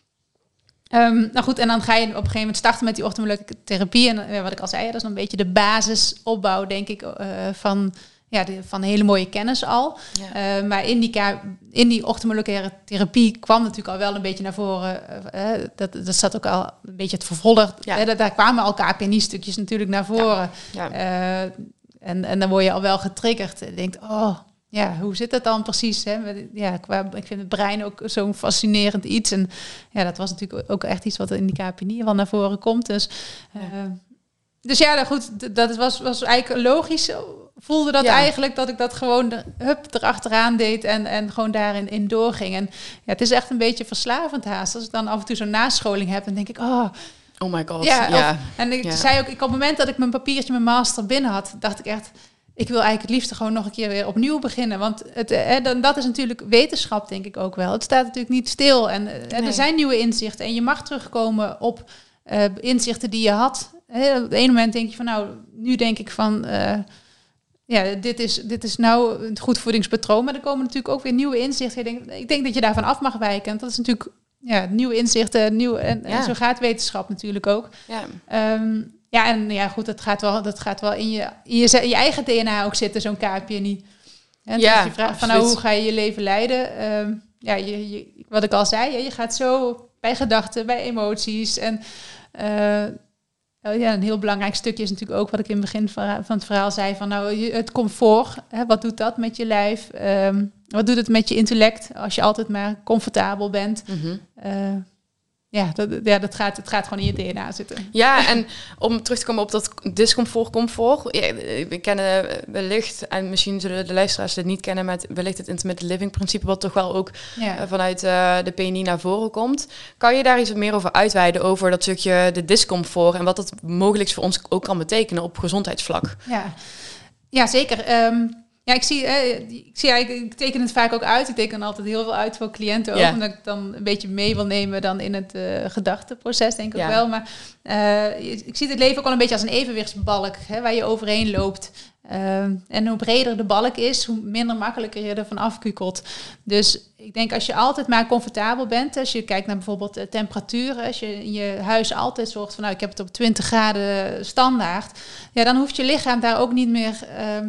Speaker 2: Um, nou goed, en dan ga je op een gegeven moment starten met die orthomoleculaire therapie. En uh, wat ik al zei, dat is een beetje de basisopbouw, denk ik, uh, van, ja, de, van hele mooie kennis al. Ja. Uh, maar in die, ka- in die orthomoleculaire therapie kwam natuurlijk al wel een beetje naar voren. Uh, uh, dat, dat zat ook al een beetje het vervolg. Ja. Uh, dat, daar kwamen al K P N I-stukjes natuurlijk naar voren. Ja. Ja. Uh, en, en dan word je al wel getriggerd. En denkt, oh... Ja, hoe zit dat dan precies? Hè? Ja, qua, ik vind het brein ook zo'n fascinerend iets. En ja, dat was natuurlijk ook echt iets wat in die K P N I wel naar voren komt. Dus ja, uh, dus ja goed, dat was, was eigenlijk logisch. Voelde dat ja. eigenlijk dat ik dat gewoon de, hup, erachteraan deed en, en gewoon daarin in doorging. En ja, het is echt een beetje verslavend haast. Als ik dan af en toe zo'n nascholing heb, dan denk ik, oh...
Speaker 1: Oh my god,
Speaker 2: ja.
Speaker 1: ja.
Speaker 2: Of, en ik ja. zei ook, ik, op het moment dat ik mijn papiertje, mijn master binnen had, dacht ik echt... Ik wil eigenlijk het liefst gewoon nog een keer weer opnieuw beginnen. Want het, eh, dan, dat is natuurlijk wetenschap, denk ik ook wel. Het staat natuurlijk niet stil. En eh, nee. er zijn nieuwe inzichten. En je mag terugkomen op uh, inzichten die je had. He, op het ene moment denk je van, nou, nu denk ik van... Uh, ja, dit is, dit is nou een goed voedingspatroon. Maar er komen natuurlijk ook weer nieuwe inzichten. Ik denk, ik denk dat je daarvan af mag wijken. En dat is natuurlijk ja, nieuwe inzichten. Nieuw, en, ja. en zo gaat wetenschap natuurlijk ook. Ja. Um, Ja, en ja, goed, dat gaat wel, dat gaat wel in je, in je, in je eigen D N A ook zitten, zo'n K P N I. En ja, als je vraagt van nou, hoe ga je je leven leiden? Um, ja, je, je, wat ik al zei, je gaat zo bij gedachten, bij emoties. En uh, ja, een heel belangrijk stukje is natuurlijk ook wat ik in het begin van het verhaal zei. Van nou, je, het comfort, hè, wat doet dat met je lijf? Um, wat doet het met je intellect als je altijd maar comfortabel bent? Mm-hmm. Uh, Ja, dat, ja dat gaat, het gaat gewoon in je D N A zitten.
Speaker 1: Ja, en om terug te komen op dat discomfort, comfort. Ja, we kennen wellicht, en misschien zullen de luisteraars het niet kennen, met wellicht het intermittent living principe, wat toch wel ook ja. uh, vanuit uh, de P N I naar voren komt. Kan je daar iets meer over uitweiden, over dat stukje de discomfort en wat dat mogelijk voor ons ook kan betekenen op gezondheidsvlak?
Speaker 2: Ja, ja zeker. Um, Ja, ik zie, eh, ik zie eigenlijk, ik teken het vaak ook uit. Ik teken altijd heel veel uit voor cliënten ook, ja. Omdat ik dan een beetje mee wil nemen dan in het uh, gedachteproces, denk ik ja. ook wel. Maar uh, ik zie het leven ook wel een beetje als een evenwichtsbalk, hè, waar je overheen loopt. Uh, en hoe breder de balk is, hoe minder makkelijker je ervan afkukelt. Dus ik denk als je altijd maar comfortabel bent, als je kijkt naar bijvoorbeeld de temperaturen, als je in je huis altijd zorgt van, nou, ik heb het op twintig graden standaard, ja, dan hoeft je lichaam daar ook niet meer... Uh,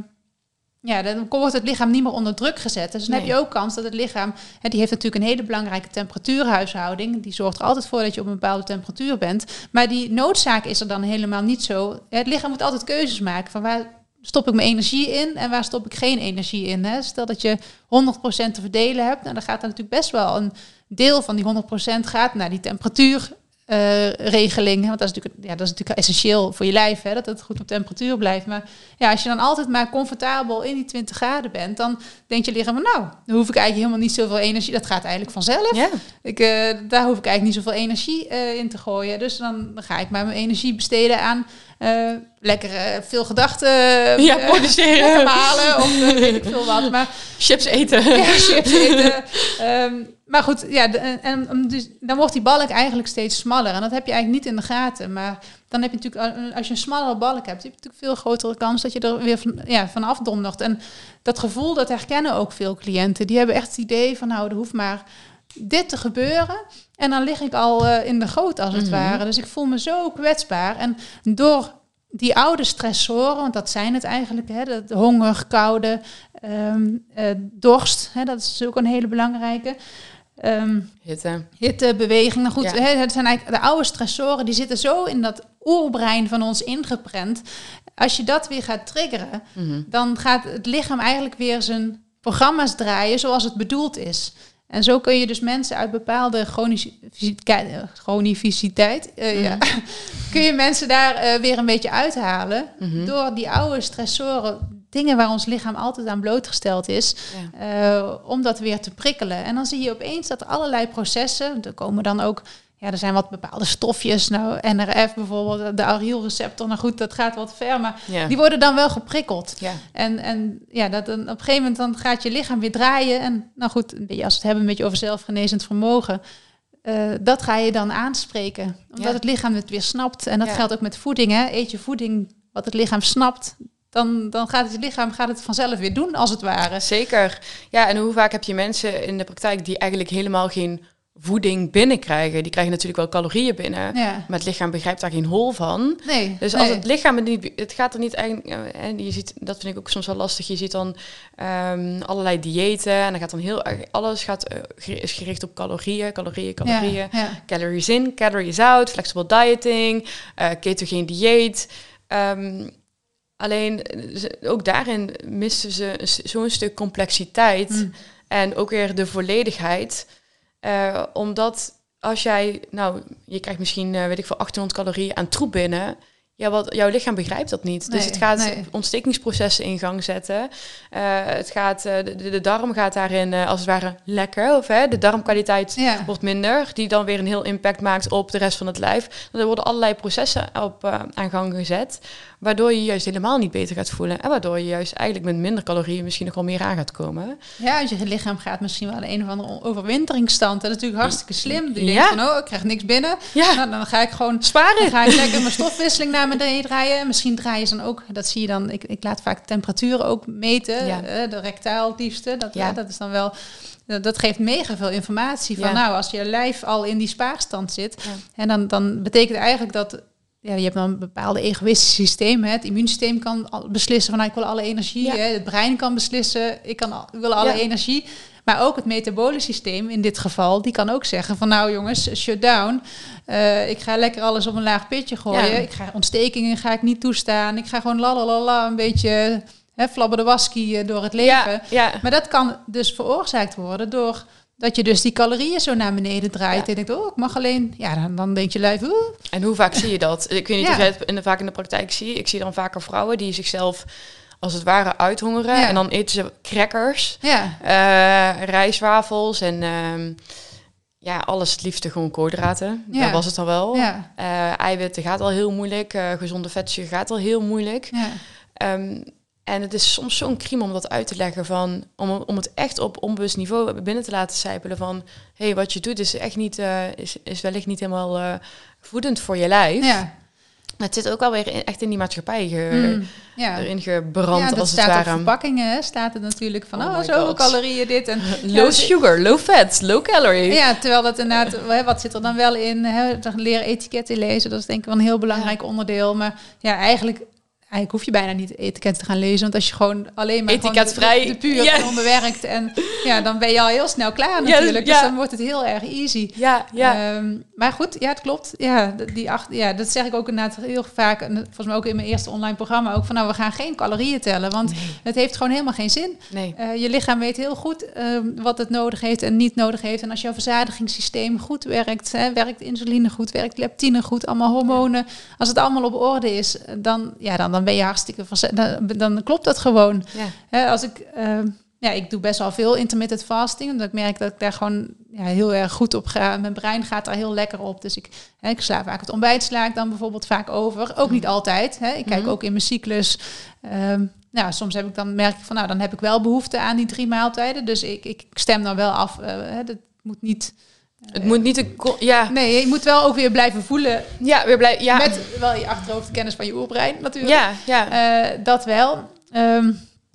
Speaker 2: Ja, dan wordt het lichaam niet meer onder druk gezet. Dus dan nee. heb je ook kans dat het lichaam... Hè, die heeft natuurlijk een hele belangrijke temperatuurhuishouding. Die zorgt er altijd voor dat je op een bepaalde temperatuur bent. Maar die noodzaak is er dan helemaal niet zo. Het lichaam moet altijd keuzes maken van waar stop ik mijn energie in en waar stop ik geen energie in. Hè? Stel dat je honderd procent te verdelen hebt. Nou, dan gaat er natuurlijk best wel een deel van die honderd procent gaat naar die temperatuur. Uh, regeling, want dat is, natuurlijk, ja, dat is natuurlijk essentieel voor je lijf, hè, dat het goed op temperatuur blijft. Maar ja, als je dan altijd maar comfortabel in die twintig graden bent, dan denk je lichaam van, nou, dan hoef ik eigenlijk helemaal niet zoveel energie. Dat gaat eigenlijk vanzelf. Ja. Ik, uh, daar hoef ik eigenlijk niet zoveel energie uh, in te gooien. Dus dan, dan ga ik maar mijn energie besteden aan uh, lekker uh, veel gedachten uh,
Speaker 1: ja, produceren,
Speaker 2: uh, halen of uh, weet ik veel wat. Maar
Speaker 1: chips eten.
Speaker 2: Ja, chips eten. Um, Maar goed, ja, de, en, en dus, dan wordt die balk eigenlijk steeds smaller. En dat heb je eigenlijk niet in de gaten. Maar dan heb je natuurlijk, als je een smallere balk hebt, heb je natuurlijk veel grotere kans dat je er weer van, ja, van afdondert. En dat gevoel, dat herkennen ook veel cliënten. Die hebben echt het idee van, nou, er hoeft maar dit te gebeuren. En dan lig ik al uh, in de goot, als het mm-hmm. ware. Dus ik voel me zo kwetsbaar. En door die oude stressoren, want dat zijn het eigenlijk, hè, de honger, koude, um, uh, dorst. Hè, dat is ook een hele belangrijke. Um,
Speaker 1: hitte.
Speaker 2: Hitte, beweging. Nou goed,
Speaker 1: ja.
Speaker 2: hè, het zijn eigenlijk de oude stressoren, die zitten zo in dat oerbrein van ons ingeprent. Als je dat weer gaat triggeren, mm-hmm. dan gaat het lichaam eigenlijk weer zijn programma's draaien zoals het bedoeld is. En zo kun je dus mensen uit bepaalde chroniciteit, uh, mm-hmm. ja, kun je mensen daar uh, weer een beetje uithalen mm-hmm. door die oude stressoren, dingen waar ons lichaam altijd aan blootgesteld is, ja. uh, om dat weer te prikkelen. En dan zie je opeens dat er allerlei processen, er komen dan ook, ja, er zijn wat bepaalde stofjes, nou, N R F bijvoorbeeld, de arylreceptor, nou goed, dat gaat wat ver, maar ja. die worden dan wel geprikkeld. Ja. En, en ja, dat, op een gegeven moment dan gaat je lichaam weer draaien en, nou goed, een beetje, als we het hebben een beetje over zelfgenezend vermogen, uh, dat ga je dan aanspreken, omdat ja. het lichaam het weer snapt. En dat ja. geldt ook met voeding, hè. Eet je voeding wat het lichaam snapt, Dan, dan gaat het lichaam gaat het vanzelf weer doen, als het ware.
Speaker 1: Zeker. Ja, en hoe vaak heb je mensen in de praktijk die eigenlijk helemaal geen voeding binnenkrijgen? Die krijgen natuurlijk wel calorieën binnen, ja. maar het lichaam begrijpt daar geen hol van. Nee, dus als nee. het lichaam het niet, het gaat er niet eigenlijk. En je ziet, dat vind ik ook soms wel lastig. Je ziet dan um, allerlei diëten en dan gaat dan heel erg alles gaat uh, is gericht op calorieën, calorieën, calorieën, ja, ja. calories in, calories out, flexible dieting, uh, ketogeen dieet. Um, Alleen, ook daarin misten ze zo'n stuk complexiteit mm. en ook weer de volledigheid. Uh, omdat als jij, nou, je krijgt misschien, uh, weet ik veel, achthonderd calorieën aan troep binnen. Ja, wat jouw lichaam begrijpt dat niet. Nee, dus het gaat nee. ontstekingsprocessen in gang zetten. Uh, het gaat, uh, de, de darm gaat daarin uh, als het ware lekker. Of hè, de darmkwaliteit ja. wordt minder. Die dan weer een heel impact maakt op de rest van het lijf. Er worden allerlei processen op uh, aan gang gezet. Waardoor je juist helemaal niet beter gaat voelen. En waardoor je juist eigenlijk met minder calorieën misschien nog wel meer aan gaat komen.
Speaker 2: Ja, als je lichaam gaat misschien wel een of andere overwinteringsstand. Dat is natuurlijk hartstikke slim. Die
Speaker 1: ja.
Speaker 2: denkt van, oh, ik krijg niks binnen. Ja. Nou, dan ga ik gewoon
Speaker 1: sparen.
Speaker 2: Dan ga ik lekker mijn stofwisseling naar beneden draaien. Misschien draaien ze dan ook, dat zie je dan, ik, ik laat vaak de temperatuur ook meten. Ja. Uh, de rectaal het liefste. Dat, ja. uh, dat is dan wel... Dat geeft mega veel informatie van, ja. nou, als je lijf al in die spaarstand zit, ja. en dan, dan betekent eigenlijk dat, ja, je hebt dan een bepaalde egoïstische systeem. Hè? Het immuunsysteem kan beslissen van, nou, ik wil alle energie. Ja. Hè? Het brein kan beslissen, ik, kan, ik wil alle ja. energie. Maar ook het metabolisch systeem in dit geval, die kan ook zeggen van, nou jongens, shut down. Uh, ik ga lekker alles op een laag pitje gooien. Ja. Ik ga ontstekingen ga ik niet toestaan. Ik ga gewoon lalalala een beetje... He, flabber de waskie door het leven. Ja, ja. Maar dat kan dus veroorzaakt worden door dat je dus die calorieën zo naar beneden draait. Ja. En je denkt, oh, ik mag alleen... Ja, dan, dan denkt je lijf... Oeh.
Speaker 1: En hoe vaak zie je dat? Ik weet niet ja. of jij het in de, vaak in de praktijk zie. Ik zie dan vaker vrouwen die zichzelf als het ware uithongeren. Ja. En dan eten ze crackers, ja. uh, rijstwafels en... Uh, ja, alles het liefste gewoon koolhydraten. Ja. Dat was het dan wel. Ja. Uh, eiwitten gaat al heel moeilijk. Uh, gezonde vetzuur gaat al heel moeilijk. Ja. Um, En het is soms zo'n crime om dat uit te leggen van, om, om het echt op onbewust niveau binnen te laten sijpelen van, hé, hey, wat je doet is echt niet, uh, is, is wellicht niet helemaal uh, voedend voor je lijf.
Speaker 2: Ja.
Speaker 1: Het zit ook wel weer in, echt in die maatschappij ge,
Speaker 2: mm, ja.
Speaker 1: erin gebrand,
Speaker 2: ja, dat
Speaker 1: als
Speaker 2: staat
Speaker 1: het ware.
Speaker 2: op verpakkingen staat het natuurlijk van, oh,
Speaker 1: oh
Speaker 2: zoveel
Speaker 1: God.
Speaker 2: calorieën dit. En,
Speaker 1: low
Speaker 2: ja,
Speaker 1: sugar, low fat, low calorie.
Speaker 2: Ja, terwijl dat inderdaad, wat zit er dan wel in? Hè, leren etiketten lezen, dat is denk ik wel een heel belangrijk ja. onderdeel. Maar ja, eigenlijk... Eigenlijk hoef je bijna niet etiket te gaan lezen. Want als je gewoon alleen maar
Speaker 1: etiketvrij
Speaker 2: de, de puur
Speaker 1: ja.
Speaker 2: en onderwerkt. En ja, dan ben je al heel snel klaar natuurlijk. Ja, dus ja. dan wordt het heel erg easy.
Speaker 1: Ja, ja.
Speaker 2: Um, maar goed, ja, het klopt. Ja, die acht, ja, dat zeg ik ook inderdaad heel vaak. En volgens mij ook in mijn eerste online programma. Ook van nou, we gaan geen calorieën tellen. Want nee. het heeft gewoon helemaal geen zin.
Speaker 1: Nee.
Speaker 2: Uh, je lichaam weet heel goed um, wat het nodig heeft en niet nodig heeft. En als jouw verzadigingssysteem goed werkt. Hè, werkt insuline goed, werkt leptine goed. Allemaal hormonen. Ja. Als het allemaal op orde is, dan... Ja, dan, dan ben je hartstikke van, dan, dan klopt dat gewoon. Ja. He, als ik, uh, ja, ik doe best wel veel intermittent fasting, omdat ik merk dat ik daar gewoon ja, heel erg goed op ga. Mijn brein gaat daar heel lekker op. Dus ik, hè, ik sla vaak het ontbijt, sla ik dan bijvoorbeeld vaak over. Ook niet altijd. Hè. Ik kijk mm-hmm. ook in mijn cyclus. Um, nou, soms heb ik dan merk ik van, nou, dan heb ik wel behoefte aan die drie maaltijden. Dus ik, ik stem dan wel af. Uh, hè, dat moet niet.
Speaker 1: Het uh, moet niet een... Ko- ja.
Speaker 2: Nee, je moet wel ook weer blijven voelen.
Speaker 1: Ja, weer blijven... Ja.
Speaker 2: Met wel je achterhoofdkennis van je oerbrein natuurlijk.
Speaker 1: Ja, ja.
Speaker 2: Uh, dat wel. Um,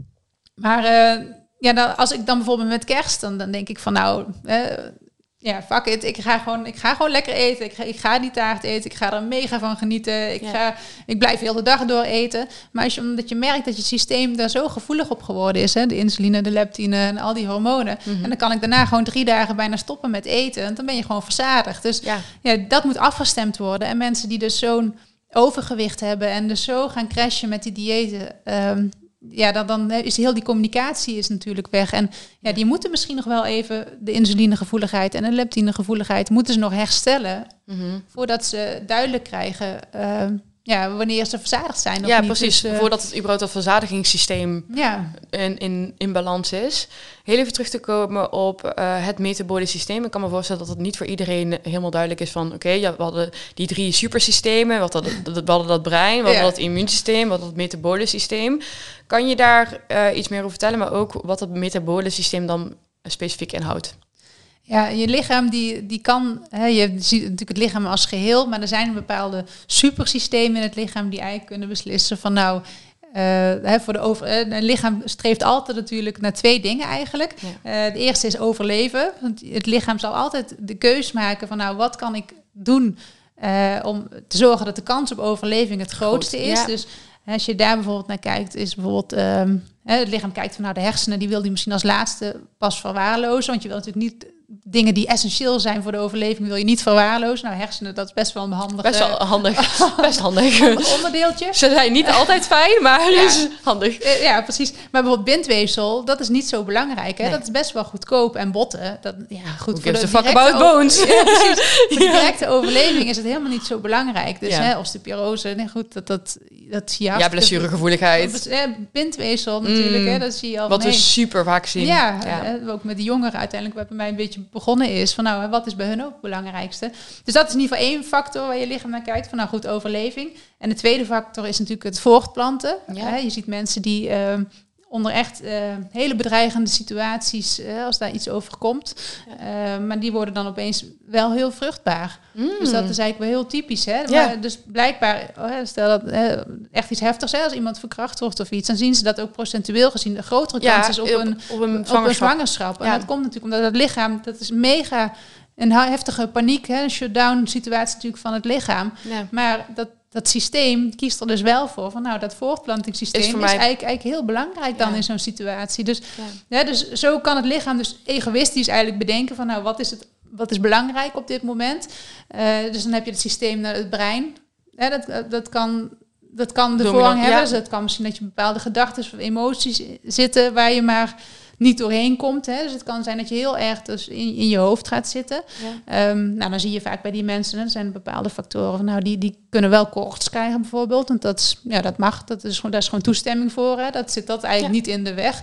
Speaker 2: maar uh, ja, dan, als ik dan bijvoorbeeld met kerst, dan, dan denk ik van nou... Uh, ja, fuck it. Ik ga gewoon, ik ga gewoon lekker eten. Ik ga, ik ga die taart eten. Ik ga er mega van genieten. Ik, ja. ga, ik blijf heel de dag door eten. Maar als je, omdat je merkt dat je systeem daar zo gevoelig op geworden is. Hè, de insuline, de leptine en al die hormonen. Mm-hmm. En dan kan ik daarna gewoon drie dagen bijna stoppen met eten. En dan ben je gewoon verzadigd. Dus ja. Ja, dat moet afgestemd worden. En mensen die dus zo'n overgewicht hebben en dus zo gaan crashen met die diëten... Um, ja, dan, dan is heel die communicatie is natuurlijk weg. En ja, die moeten misschien nog wel even de insulinegevoeligheid en de leptinegevoeligheid moeten ze nog herstellen. Mm-hmm. Voordat ze duidelijk krijgen uh, ja, wanneer ze verzadigd zijn. Of
Speaker 1: ja,
Speaker 2: niet.
Speaker 1: precies. Dus, uh, voordat het überhaupt dat verzadigingssysteem ja. in, in, in balans is. Heel even terug te komen op uh, het metabolisch systeem. Ik kan me voorstellen dat het niet voor iedereen helemaal duidelijk is van... oké, okay, ja, we hadden die drie supersystemen. We hadden dat, we hadden dat brein, we hadden ja. dat immuunsysteem, we hadden het metabolisch systeem. Kan je daar uh, iets meer over vertellen? Maar ook wat het metabolisch systeem dan specifiek inhoudt?
Speaker 2: Ja, je lichaam die, die kan... Hè, je ziet natuurlijk het lichaam als geheel... maar er zijn bepaalde supersystemen in het lichaam... die eigenlijk kunnen beslissen van nou... Uh, hè, voor de over, uh, het lichaam streeft altijd natuurlijk naar twee dingen eigenlijk. Ja. Uh, de eerste is overleven. Want het lichaam zal altijd de keus maken van nou, wat kan ik doen... Uh, om te zorgen dat de kans op overleving het grootste Goed, is. Ja. Dus als je daar bijvoorbeeld naar kijkt, is bijvoorbeeld... Um, het lichaam kijkt van nou, de hersenen, die wil die misschien als laatste pas verwaarlozen. Want je wil natuurlijk niet... dingen die essentieel zijn voor de overleving wil je niet verwaarlozen. Nou, hersenen, dat is best wel een handig...
Speaker 1: Best wel handig. Best handig.
Speaker 2: onderdeeltje.
Speaker 1: Ze zijn niet altijd fijn, maar ja. is handig.
Speaker 2: Ja, precies. Maar bijvoorbeeld bindweefsel, dat is niet zo belangrijk. Hè? Nee. Dat is best wel goedkoop. En botten, dat ja, goed voor de,
Speaker 1: de fuck about bones.
Speaker 2: Ja, precies. Voor de directe overleving is het helemaal niet zo belangrijk. Dus ja. hè, osteoporose, nee, goed, dat, dat, dat zie je af.
Speaker 1: Ja, blessuregevoeligheid.
Speaker 2: Ja, bindweefsel natuurlijk, mm. hè, dat zie je al.
Speaker 1: Wat
Speaker 2: nee.
Speaker 1: we super vaak zien.
Speaker 2: Ja, ja. Hè, ook met de jongeren uiteindelijk, bij mij een beetje begonnen is van nou, wat is bij hun ook het belangrijkste. Dus dat is in ieder geval één factor waar je lichaam naar kijkt van nou goed, overleving. En de tweede factor is natuurlijk het voortplanten. Ja. Hè, je ziet mensen die uh, onder echt uh, hele bedreigende situaties, uh, als daar iets over komt, ja. uh, maar die worden dan opeens wel heel vruchtbaar. Mm. Dus dat is eigenlijk wel heel typisch. Hè? Ja. Maar dus blijkbaar, oh, stel dat uh, echt iets heftigs, hè, als iemand verkracht wordt of iets, dan zien ze dat ook procentueel gezien de grotere kans ja, is op, op, een, op, een, op een zwangerschap. Ja. En dat komt natuurlijk omdat het lichaam, dat is mega een heftige paniek, hè, een shutdown situatie natuurlijk van het lichaam. Ja. Maar dat Dat systeem kiest er dus wel voor. Van nou, dat voortplantingssysteem is, is mij... eigenlijk, eigenlijk heel belangrijk dan ja. in zo'n situatie. Dus, ja. Ja, dus zo kan het lichaam dus egoïstisch eigenlijk bedenken van nou, wat is het, wat is belangrijk op dit moment? Uh, dus dan heb je het systeem naar het brein. Ja, dat, dat kan, dat kan de Dominant, voorrang hebben. Ja. Dus dat kan misschien dat je bepaalde gedachten of emoties zitten waar je maar niet doorheen komt. Hè. Dus het kan zijn dat je heel erg dus in, in je hoofd gaat zitten. Ja. Um, nou, dan zie je vaak bij die mensen, hè, er zijn bepaalde factoren. Nou, die, die kunnen wel koorts krijgen bijvoorbeeld. Want dat, is, ja, dat mag, dat is, gewoon, daar is gewoon toestemming voor. Hè. Dat zit dat eigenlijk ja. niet in de weg.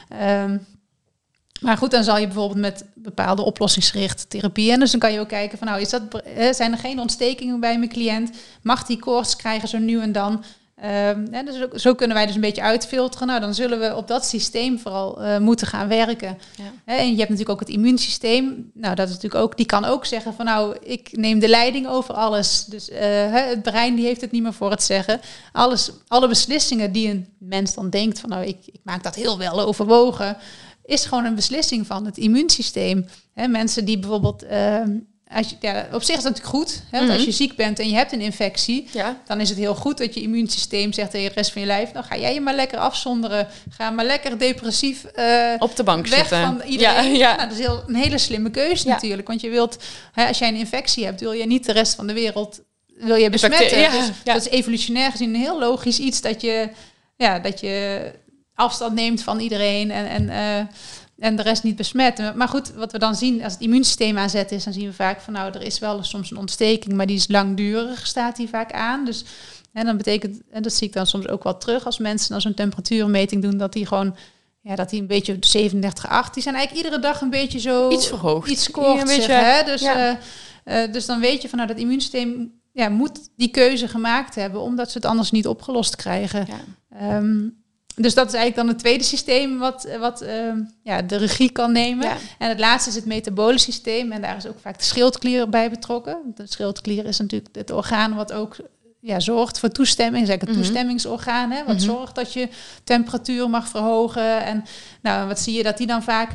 Speaker 2: Um, maar goed, dan zal je bijvoorbeeld met bepaalde oplossingsgerichte therapieën. Dus dan kan je ook kijken van nou, is dat, zijn er geen ontstekingen bij mijn cliënt? Mag die koorts krijgen zo nu en dan? Um, hè, dus ook, zo kunnen wij dus een beetje uitfilteren. Nou, dan zullen we op dat systeem vooral uh, moeten gaan werken. Ja. Hè, en je hebt natuurlijk ook het immuunsysteem. Nou, dat is natuurlijk ook, die kan ook zeggen van nou, ik neem de leiding over alles. Dus uh, het brein die heeft het niet meer voor het zeggen. Alles, alle beslissingen die een mens dan denkt van nou, ik, ik maak dat heel wel overwogen, is gewoon een beslissing van het immuunsysteem. Hè, mensen die bijvoorbeeld Uh, Als je, ja, op zich is dat natuurlijk goed. Hè? Want mm-hmm. als je ziek bent en je hebt een infectie, ja. dan is het heel goed dat je immuunsysteem zegt tegen de rest van je lijf, nou ga jij je maar lekker afzonderen. Ga maar lekker depressief uh,
Speaker 1: op de bank
Speaker 2: weg
Speaker 1: zitten.
Speaker 2: Van iedereen.
Speaker 1: Ja, ja.
Speaker 2: Nou, dat is heel, een hele slimme keuze ja. natuurlijk. Want je wilt, hè, als jij een infectie hebt, wil je niet de rest van de wereld wil je besmetten. Ja, dus ja. dat is evolutionair gezien een heel logisch iets dat je, ja, dat je afstand neemt van iedereen en, en uh, en de rest niet besmetten. Maar goed, wat we dan zien als het immuunsysteem aan zet is, dan zien we vaak van nou, er is wel soms een ontsteking, maar die is langdurig, staat die vaak aan. Dus en dan betekent, en dat zie ik dan soms ook wel terug als mensen dan zo'n temperatuurmeting doen, dat die gewoon, ja, dat die een beetje zevenendertig komma acht, die zijn eigenlijk iedere dag een beetje zo
Speaker 1: iets verhoogd,
Speaker 2: iets koortsig, hè? Dus, ja. uh, uh, dus dan weet je van nou, dat immuunsysteem ja, moet die keuze gemaakt hebben, omdat ze het anders niet opgelost krijgen. Ja. Um, Dus dat is eigenlijk dan het tweede systeem wat, wat uh, ja, de regie kan nemen. Ja. En het laatste is het metabole systeem. En daar is ook vaak de schildklier bij betrokken. De schildklier is natuurlijk het orgaan wat ook ja, zorgt voor toestemming. Zeg ik het mm-hmm. toestemmingsorgaan. Hè, wat mm-hmm. zorgt dat je temperatuur mag verhogen. En nou, wat zie je dat die dan vaak,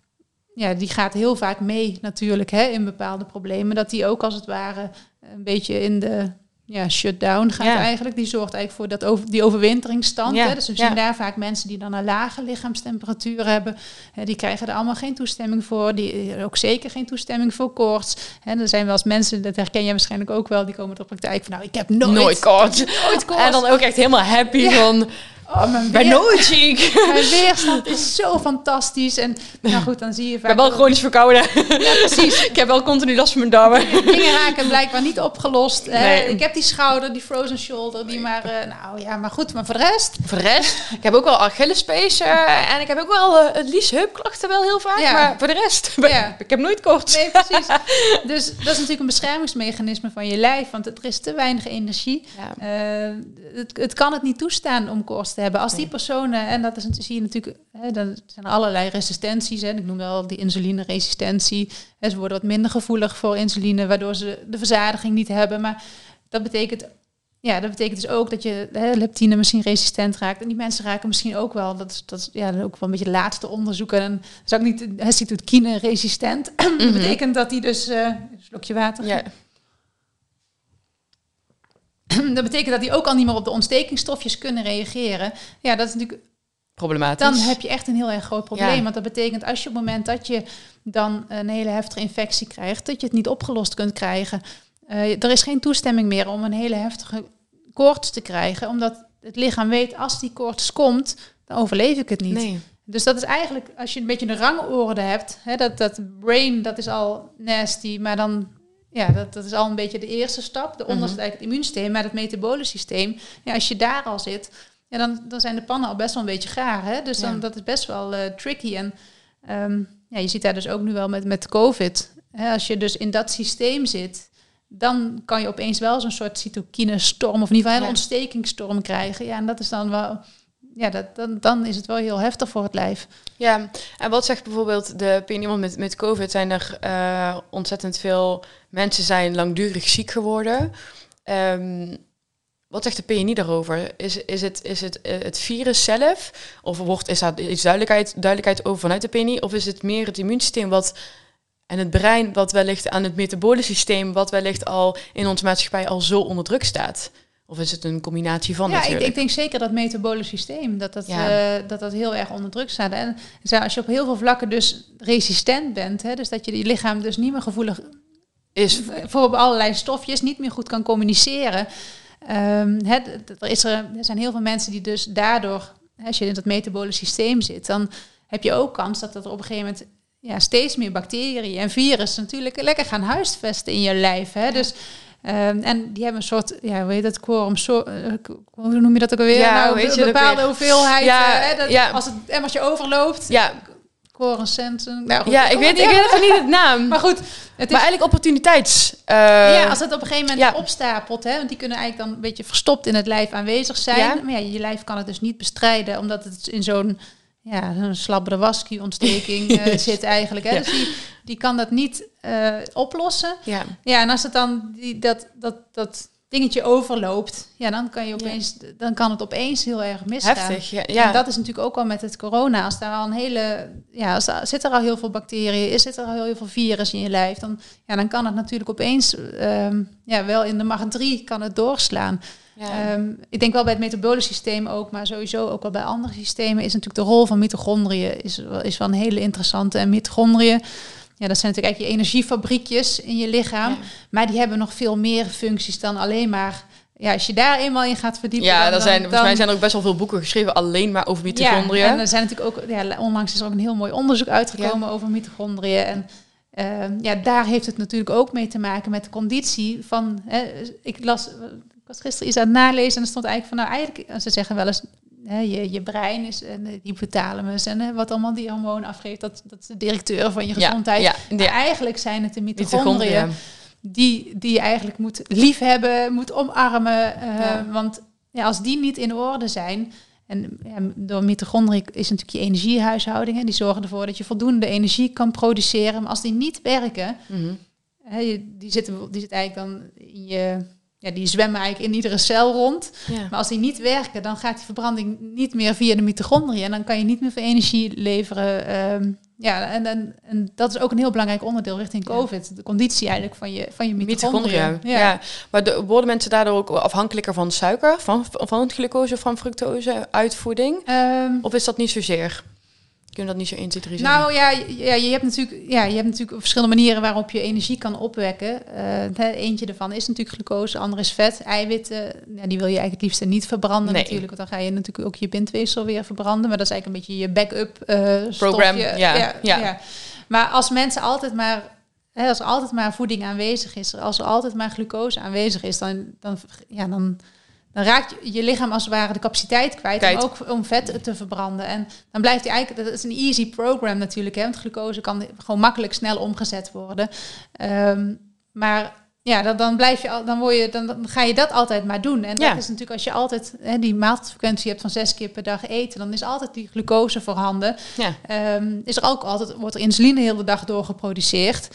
Speaker 2: ja, die gaat heel vaak mee natuurlijk hè, in bepaalde problemen. Dat die ook als het ware een beetje in de ja, shutdown gaat ja. eigenlijk. Die zorgt eigenlijk voor dat over, die overwinteringsstand. Ja. Hè? Dus we zien ja. daar vaak mensen die dan een lage lichaamstemperatuur hebben. Hè, die krijgen er allemaal geen toestemming voor. Die ook zeker geen toestemming voor koorts. En er zijn wel eens mensen, dat herken je waarschijnlijk ook wel, die komen op de praktijk van nou, ik heb nooit,
Speaker 1: nooit koorts.
Speaker 2: Nooit koorts.
Speaker 1: En dan ook echt helemaal happy ja. van
Speaker 2: Oh, mijn
Speaker 1: ben nooit ziek.
Speaker 2: Mijn weerstand is zo fantastisch. En nou goed, dan zie je vaak...
Speaker 1: Ik ben wel chronisch verkouden.
Speaker 2: Ja, precies.
Speaker 1: Ik heb wel continu last van mijn darmen.
Speaker 2: Dingen raken blijkbaar niet opgelost. Nee. Uh, ik heb die schouder, die frozen shoulder, die maar... Uh, nou ja, maar goed, maar voor de rest...
Speaker 1: Voor de rest? Ik heb ook wel Achillespees. Uh, en ik heb ook wel uh, het liefst heupklachten wel heel vaak. Ja. Maar voor de rest, ja. ik heb nooit koorts.
Speaker 2: Nee, precies. Dus dat is natuurlijk een beschermingsmechanisme van je lijf. Want er is te weinig energie. Ja. Uh, het, het kan het niet toestaan om koorts te hebben. Als die personen, en dat is, zie je natuurlijk, hè, dan zijn er allerlei resistenties. Hè, ik noem wel die insulineresistentie. Hè, ze worden wat minder gevoelig voor insuline, waardoor ze de verzadiging niet hebben. Maar dat betekent, ja, dat betekent dus ook dat je hè, leptine misschien resistent raakt. En die mensen raken misschien ook wel, dat is, dat is ja, ook wel een beetje de laatste onderzoeken. En dat is ook niet hesitokine resistent. Mm-hmm. Dat betekent dat die dus, uh, een slokje water.
Speaker 1: Ja.
Speaker 2: Dat betekent dat die ook al niet meer op de ontstekingsstofjes kunnen reageren. Ja, dat is natuurlijk
Speaker 1: problematisch.
Speaker 2: Dan heb je echt een heel erg groot probleem. Ja. Want dat betekent als je op het moment dat je dan een hele heftige infectie krijgt, dat je het niet opgelost kunt krijgen. Uh, er is geen toestemming meer om een hele heftige koorts te krijgen. Omdat het lichaam weet, als die koorts komt, dan overleef ik het niet. Nee. Dus dat is eigenlijk, als je een beetje een rangorde hebt, hè, dat, dat brain, dat is al nasty, maar dan... Ja, dat, dat is al een beetje de eerste stap. De onderste mm-hmm. eigenlijk het immuunsysteem, maar het metabole systeem. Ja, als je daar al zit, ja, dan, dan zijn de pannen al best wel een beetje gaar. Hè? Dus dan, ja. dat is best wel uh, tricky. En um, ja, je ziet daar dus ook nu wel met, met COVID. Hè? Als je dus in dat systeem zit, dan kan je opeens wel zo'n soort cytokine-storm, of in ieder geval een ja. ontstekingstorm krijgen. Ja, en dat is dan wel... Ja, dat, dan, dan is het wel heel heftig voor het lijf.
Speaker 1: Ja, en wat zegt bijvoorbeeld de P N I? Want met, met COVID zijn er uh, ontzettend veel mensen zijn langdurig ziek geworden. Um, wat zegt de P N I daarover? Is, is het, is het uh, het virus zelf? Of wordt, is daar iets duidelijkheid, duidelijkheid over vanuit de P N I? Of is het meer het immuunsysteem wat... En het brein wat wellicht aan het metabole systeem... wat wellicht al in onze maatschappij al zo onder druk staat... Of is het een combinatie van
Speaker 2: ja,
Speaker 1: natuurlijk?
Speaker 2: Ik, ik denk zeker dat metabole systeem, dat dat, ja. uh, dat dat heel erg onder druk staat. En als je op heel veel vlakken dus resistent bent, hè, dus dat je je lichaam dus niet meer gevoelig is voor allerlei stofjes, niet meer goed kan communiceren. Um, hè, er, is er, er zijn heel veel mensen die dus daardoor, als je in dat metabole systeem zit, dan heb je ook kans dat er op een gegeven moment ja, steeds meer bacteriën en virussen natuurlijk lekker gaan huisvesten in je lijf. Hè. Ja. Dus Um, en die hebben een soort, ja, hoe heet dat, quorum, so, uh, hoe noem je dat ook alweer?
Speaker 1: Ja,
Speaker 2: nou,
Speaker 1: weet
Speaker 2: een
Speaker 1: je
Speaker 2: bepaalde hoeveelheid,
Speaker 1: ja,
Speaker 2: uh, hè, dat,
Speaker 1: ja.
Speaker 2: als het emmertje overloopt,
Speaker 1: ja.
Speaker 2: Corensensen. Nou, goed,
Speaker 1: ja, ik weet, ik weet even niet het naam.
Speaker 2: Maar goed. Het is,
Speaker 1: maar eigenlijk opportuniteits... Uh,
Speaker 2: ja, als het op een gegeven moment
Speaker 1: ja.
Speaker 2: opstapelt. Hè, want die kunnen eigenlijk dan een beetje verstopt in het lijf aanwezig zijn. Ja. Maar ja, je lijf kan het dus niet bestrijden. Omdat het in zo'n ja, zo'n slabberde waskie-ontsteking uh, yes. zit eigenlijk. Hè. Ja. Dus die, die kan dat niet uh, oplossen. Ja. ja, en als het dan die, dat... dat, dat dingetje overloopt, ja, dan kan je opeens, ja. dan kan het opeens heel erg misgaan.
Speaker 1: Heftig, ja. ja.
Speaker 2: En dat is natuurlijk ook al met het corona. Als daar al een hele, ja, als er, zit er al heel veel bacteriën, zit er al heel veel virus in je lijf, dan, ja, dan kan het natuurlijk opeens, um, ja, wel in de macht drie kan het doorslaan. Ja. Um, ik denk wel bij het metabolisch systeem ook, maar sowieso ook wel bij andere systemen is natuurlijk de rol van mitochondriën is, is wel een hele interessante. En mitochondriën, ja, dat zijn natuurlijk eigenlijk je energiefabriekjes in je lichaam. Ja. Maar die hebben nog veel meer functies dan alleen maar... Ja, als je daar eenmaal in gaat verdiepen...
Speaker 1: Ja,
Speaker 2: dan,
Speaker 1: dan zijn,
Speaker 2: dan,
Speaker 1: volgens mij zijn er ook best wel veel boeken geschreven alleen maar over mitochondriën.
Speaker 2: Ja, en er zijn natuurlijk ook... Ja, onlangs is er ook een heel mooi onderzoek uitgekomen ja. over mitochondriën. En uh, ja, daar heeft het natuurlijk ook mee te maken met de conditie van... Hè, ik las... Ik was gisteren iets aan het nalezen en er stond eigenlijk van... Nou, eigenlijk, ze zeggen wel eens... Hè, je, je brein is en de hypothalamus en hè, wat allemaal die hormoon afgeeft, dat, dat is de directeur van je gezondheid. Ja, ja, maar eigenlijk zijn het de mitochondriën die, die je eigenlijk moet liefhebben, moet omarmen. Uh, ja. Want ja, als die niet in orde zijn, en ja, door mitochondriën is natuurlijk je energiehuishouding, hè, die zorgen ervoor dat je voldoende energie kan produceren. Maar als die niet werken, mm-hmm. hè, die, zitten, die zitten eigenlijk dan in je... Ja, die zwemmen eigenlijk in iedere cel rond. Ja. Maar als die niet werken, dan gaat die verbranding niet meer via de mitochondriën. En dan kan je niet meer veel energie leveren. Um, ja, en, en, en dat is ook een heel belangrijk onderdeel richting COVID. Ja. De conditie eigenlijk van je, van je mitochondriën.
Speaker 1: mitochondriën. Ja. Ja. Maar de, worden mensen daardoor ook afhankelijker van suiker? Van, van glucose, van fructose, uitvoeding? Um, of is dat niet zozeer? Kun je dat niet zo één, twee, drie zeggen?
Speaker 2: Nou ja, ja, je hebt natuurlijk, ja, je hebt natuurlijk verschillende manieren waarop je energie kan opwekken. Uh, eentje ervan is natuurlijk glucose, ander is vet. Eiwitten, ja, die wil je eigenlijk het liefst niet verbranden nee. natuurlijk. Want dan ga je natuurlijk ook je bindweefsel weer verbranden. Maar dat is eigenlijk een beetje je backup uh,
Speaker 1: program. Ja,
Speaker 2: ja,
Speaker 1: ja.
Speaker 2: ja. Maar als mensen altijd maar, hè, als er altijd maar voeding aanwezig is, als er altijd maar glucose aanwezig is, dan, dan, ja, dan dan raakt je lichaam als het ware de capaciteit kwijt Kijk. om ook om vet te verbranden. En dan blijft hij eigenlijk, dat is een easy program natuurlijk, hè, want glucose kan gewoon makkelijk snel omgezet worden. Um, maar ja, dan, dan blijf je, dan word je, dan, dan ga je dat altijd maar doen. En ja. dat is natuurlijk als je altijd hè, die maaltijdfrequentie hebt van zes keer per dag eten, dan is altijd die glucose voorhanden. Ja. Um, is er ook altijd, wordt er insuline de hele dag door geproduceerd.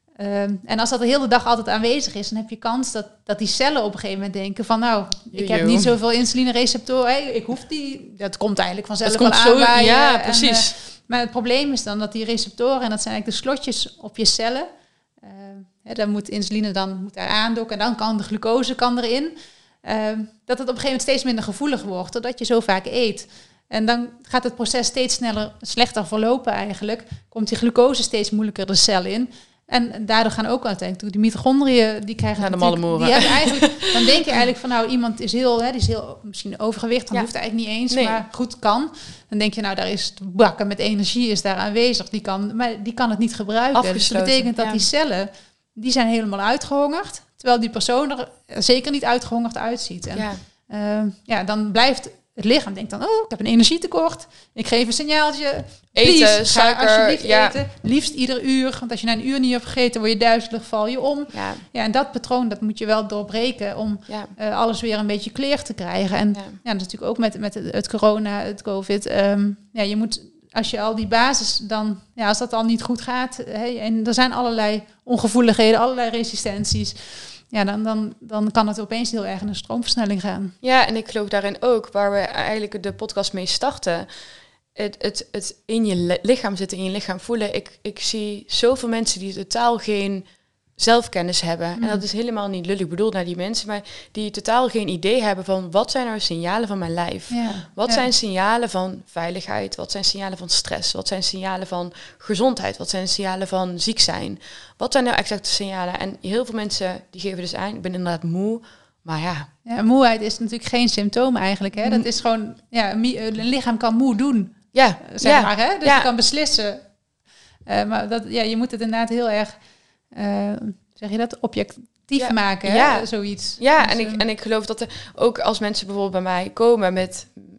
Speaker 2: Um, en als dat de hele dag altijd aanwezig is, dan heb je kans dat, dat die cellen op een gegeven moment denken van nou, ik heb niet zoveel insulinereceptoren, hey, ik hoef die, dat komt eigenlijk vanzelf wel aanwaaien.
Speaker 1: Ja, precies. En, uh,
Speaker 2: maar het probleem is dan dat die receptoren, en dat zijn eigenlijk de slotjes op je cellen, uh, hè, dan moet insuline dan moet daar aandokken en dan kan de glucose kan erin, uh, dat het op een gegeven moment steeds minder gevoelig wordt, doordat je zo vaak eet. En dan gaat het proces steeds sneller, slechter verlopen eigenlijk, komt die glucose steeds moeilijker de cel in. En daardoor gaan ook uiteindelijk die mitochondriën, die krijgen
Speaker 1: naar de malle moeren.
Speaker 2: Die hebben eigenlijk, dan denk je eigenlijk van nou, iemand is heel, hè, die is heel misschien overgewicht, dan ja. hoeft het eigenlijk niet eens, nee. maar goed kan. Dan denk je nou, daar is bakken met energie is daar aanwezig, die kan, maar die kan het niet gebruiken. Dus dat betekent dat ja. die cellen, die zijn helemaal uitgehongerd, terwijl die persoon er zeker niet uitgehongerd uitziet. En ja, uh, ja dan blijft het lichaam denkt dan, oh, ik heb een energietekort. Ik geef een signaaltje.
Speaker 1: Eten,
Speaker 2: Please,
Speaker 1: suiker.
Speaker 2: Ga alsjeblieft
Speaker 1: ja.
Speaker 2: eten. Liefst ieder uur. Want als je na een uur niet hebt gegeten, word je duizelig, val je om. Ja. Ja, en dat patroon, dat moet je wel doorbreken om ja. uh, alles weer een beetje clear te krijgen. En ja, ja dat is natuurlijk ook met, met het, het corona, het COVID. Um, ja, je moet, als je al die basis dan, ja, als dat al niet goed gaat, hey, en er zijn allerlei ongevoeligheden, allerlei resistenties. Ja, dan, dan, dan kan het opeens heel erg in een stroomversnelling gaan.
Speaker 1: Ja, en ik geloof daarin ook, waar we eigenlijk de podcast mee starten, het, het, het in je lichaam zitten, in je lichaam voelen. Ik, ik zie zoveel mensen die totaal geen zelfkennis hebben. Mm. En dat is helemaal niet lullig bedoeld naar die mensen, maar die totaal geen idee hebben van wat zijn nou signalen van mijn lijf? Ja. Wat ja. zijn signalen van veiligheid? Wat zijn signalen van stress? Wat zijn signalen van gezondheid? Wat zijn signalen van ziek zijn? Wat zijn nou exacte signalen? En heel veel mensen die geven dus aan, ik ben inderdaad moe, maar ja.
Speaker 2: Ja, moeheid is natuurlijk geen symptoom eigenlijk. Hè? Dat is gewoon, ja, een lichaam kan moe doen,
Speaker 1: ja.
Speaker 2: zeg
Speaker 1: ja.
Speaker 2: maar. Hè? Dus
Speaker 1: ja.
Speaker 2: je kan beslissen. Uh, maar dat, ja, je moet het inderdaad heel erg, uh, zeg je dat, objectief ja. maken, hè?
Speaker 1: Ja.
Speaker 2: Zoiets.
Speaker 1: Ja,
Speaker 2: dus,
Speaker 1: en, ik, en ik geloof dat er ook als mensen bijvoorbeeld bij mij komen met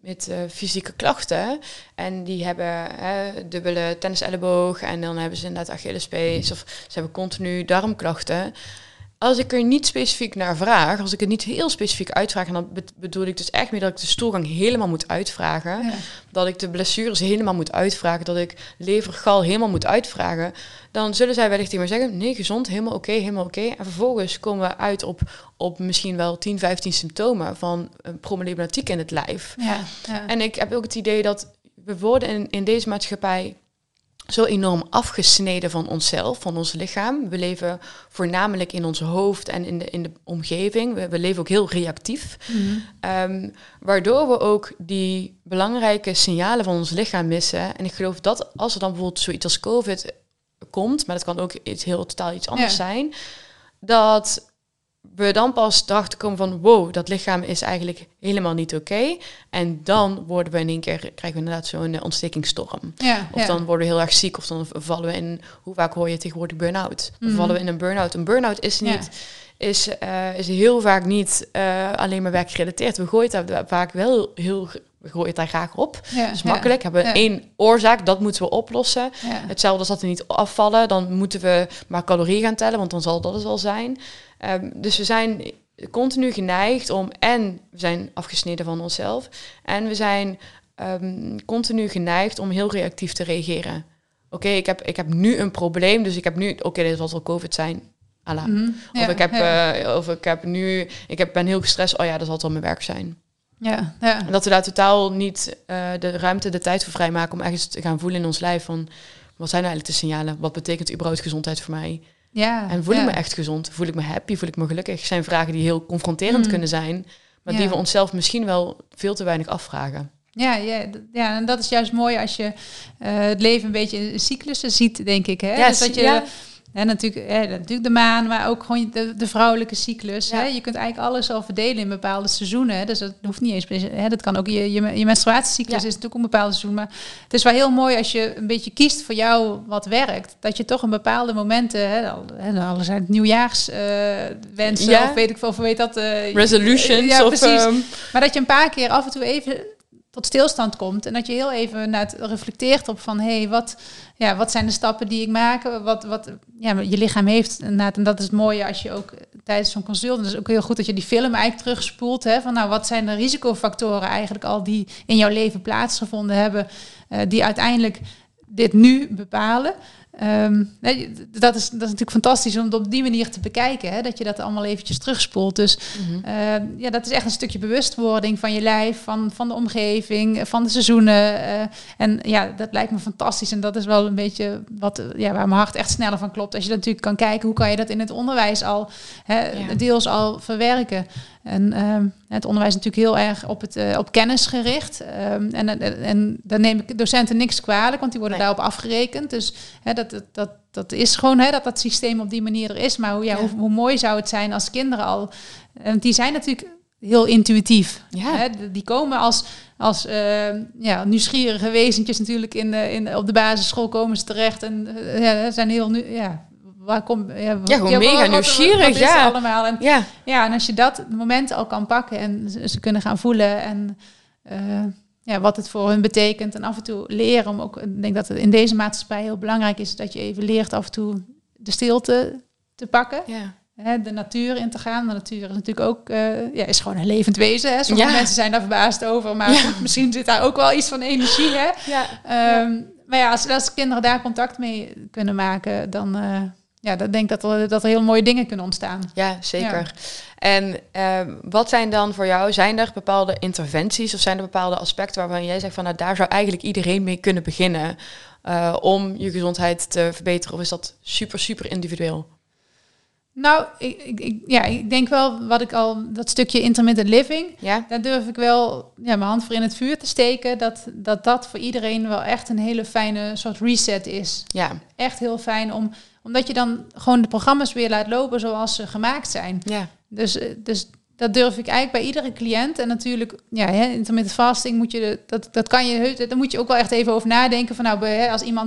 Speaker 1: met uh, fysieke klachten. En die hebben hè, dubbele tenniselleboog en dan hebben ze inderdaad Achillespees of ze hebben continu darmklachten. Als ik er niet specifiek naar vraag, als ik het niet heel specifiek uitvraag, en dan bedoel ik dus echt meer dat ik de stoelgang helemaal moet uitvragen, ja. dat ik de blessures helemaal moet uitvragen, dat ik levergal helemaal moet uitvragen, dan zullen zij wellicht tegen mij zeggen, nee, gezond, helemaal oké, okay, helemaal oké. Okay. En vervolgens komen we uit op, op misschien wel tien, vijftien symptomen van een problematiek in het lijf.
Speaker 2: Ja, ja.
Speaker 1: En ik heb ook het idee dat we worden in, in deze maatschappij zo enorm afgesneden van onszelf, van ons lichaam. We leven voornamelijk in ons hoofd en in de, in de omgeving. We, we leven ook heel reactief. Mm-hmm. Um, waardoor we ook die belangrijke signalen van ons lichaam missen. En ik geloof dat als er dan bijvoorbeeld zoiets als COVID komt, maar dat kan ook iets heel totaal iets anders ja. zijn, dat we dan pas erachter komen van wow, dat lichaam is eigenlijk helemaal niet oké. Okay. En dan worden we in één keer, krijgen we inderdaad zo'n ontstekingsstorm. Ja, of ja. dan worden we heel erg ziek, of dan vallen we in, hoe vaak hoor je tegenwoordig burn-out? Dan mm. vallen we in een burn-out. Een burn-out is niet, ja. is, uh, is heel vaak niet uh, alleen maar werkgerelateerd. We gooien daar vaak wel heel, we gooien het daar graag op. Ja, dat is makkelijk. Ja, hebben we ja. één oorzaak, dat moeten we oplossen. Ja. Hetzelfde als dat we niet afvallen, dan moeten we maar calorieën gaan tellen, want dan zal dat het wel zijn. Um, dus we zijn continu geneigd om, en we zijn afgesneden van onszelf, en we zijn um, continu geneigd om heel reactief te reageren. Oké, okay, ik, heb, ik heb nu een probleem, dus ik heb nu, oké, okay, dit zal wel COVID zijn. Ala. Mm-hmm. Ja, of ik heb, ja. uh, of ik heb nu, ik heb, ben heel gestrest, oh ja, dat zal het wel mijn werk zijn.
Speaker 2: Ja, ja.
Speaker 1: En dat we daar totaal niet uh, de ruimte, de tijd voor vrijmaken om ergens te gaan voelen in ons lijf van, wat zijn nou eigenlijk de signalen? Wat betekent überhaupt gezondheid voor mij?
Speaker 2: Ja,
Speaker 1: en voel ik
Speaker 2: ja.
Speaker 1: me echt gezond? Voel ik me happy? Voel ik me gelukkig? Zijn vragen die heel confronterend mm. kunnen zijn, maar ja. die we onszelf misschien wel veel te weinig afvragen.
Speaker 2: Ja, ja, ja, en dat is juist mooi als je uh, het leven een beetje in cyclussen ziet, denk ik. Hè?
Speaker 1: Ja,
Speaker 2: dus dat je... Ja. En natuurlijk, hè, natuurlijk de maan, maar ook gewoon de, de vrouwelijke cyclus. Ja. Hè? Je kunt eigenlijk alles al verdelen in bepaalde seizoenen. Dus dat hoeft niet eens. Hè? Dat kan ook je, je, je menstruatiecyclus ja. is natuurlijk een bepaald seizoen. Maar het is wel heel mooi als je een beetje kiest voor jou wat werkt. Dat je toch een bepaalde momenten, hè, al, hè, al zijn het nieuwjaarswensen uh, ja. of weet ik veel, of weet dat. Uh,
Speaker 1: Resolutions.
Speaker 2: Ja,
Speaker 1: of,
Speaker 2: precies.
Speaker 1: Um...
Speaker 2: Maar dat je een paar keer af en toe even tot stilstand komt en dat je heel even naar het reflecteert op van hé, hey, wat, ja, wat zijn de stappen die ik maak? Wat, wat ja, je lichaam heeft inderdaad, en dat is het mooie als je ook tijdens zo'n consult, en dat is ook heel goed dat je die film eigenlijk terugspoelt, hè, van nou, wat zijn de risicofactoren eigenlijk al die in jouw leven plaatsgevonden hebben, uh, die uiteindelijk dit nu bepalen. Um, nee, dat, is, dat is natuurlijk fantastisch om het op die manier te bekijken. Hè? Dat je dat allemaal eventjes terugspoelt. Dus mm-hmm. uh, ja, dat is echt een stukje bewustwording van je lijf, van, van de omgeving, van de seizoenen. Uh, en ja, dat lijkt me fantastisch. En dat is wel een beetje wat, ja, waar mijn hart echt sneller van klopt. Als je dat natuurlijk kan kijken, hoe kan je dat in het onderwijs al, hè, ja. deels al verwerken. En uh, het onderwijs is natuurlijk heel erg op, het, uh, op kennis gericht. Um, en, en, en daar neem ik docenten niks kwalijk, want die worden nee. daarop afgerekend. Dus hè, dat, dat, dat, dat is gewoon hè, dat dat systeem op die manier er is. Maar hoe, ja, ja. Hoe, hoe mooi zou het zijn als kinderen al... Want die zijn natuurlijk heel intuïtief. Ja. Hè? Die komen als, als uh, ja, nieuwsgierige wezentjes natuurlijk in de, in, op de basisschool komen ze terecht. En uh, ja, zijn heel... Nu, ja, Waar kom, ja,
Speaker 1: ja, gewoon ja, mega wat, nieuwsgierig. Wat, wat
Speaker 2: ja.
Speaker 1: allemaal?
Speaker 2: En, ja. ja, en als je dat moment al kan pakken en ze, ze kunnen gaan voelen en uh, ja, wat het voor hun betekent en af en toe leren om ook, ik denk dat het in deze maatschappij heel belangrijk is dat je even leert af en toe de stilte te pakken.
Speaker 1: Ja.
Speaker 2: Hè, de natuur in te gaan. De natuur is natuurlijk ook uh, ja, is gewoon een levend wezen. Hè. Sommige ja. mensen zijn daar verbaasd over, maar ja. misschien zit daar ook wel iets van energie. Hè.
Speaker 1: Ja.
Speaker 2: Um, ja. Maar ja, als, als kinderen daar contact mee kunnen maken, dan uh, ja, dan denk ik dat er, dat er heel mooie dingen kunnen ontstaan.
Speaker 1: Ja, zeker. Ja. En uh, wat zijn dan voor jou, zijn er bepaalde interventies of zijn er bepaalde aspecten waarvan jij zegt van nou, daar zou eigenlijk iedereen mee kunnen beginnen uh, om je gezondheid te verbeteren? Of is dat super, super individueel?
Speaker 2: Nou, ik, ik, ja, ik denk wel wat ik al, dat stukje intermittent living,
Speaker 1: ja.
Speaker 2: daar durf ik wel ja, mijn hand voor in het vuur te steken. Dat, dat dat voor iedereen wel echt een hele fijne soort reset is.
Speaker 1: Ja.
Speaker 2: Echt heel fijn, om, omdat je dan gewoon de programma's weer laat lopen zoals ze gemaakt zijn.
Speaker 1: Ja.
Speaker 2: Dus, dus dat durf ik eigenlijk bij iedere cliënt. En natuurlijk, ja, hè, intermittent fasting moet je, dat, dat kan je, daar moet je ook wel echt even over nadenken. Van nou, als iemand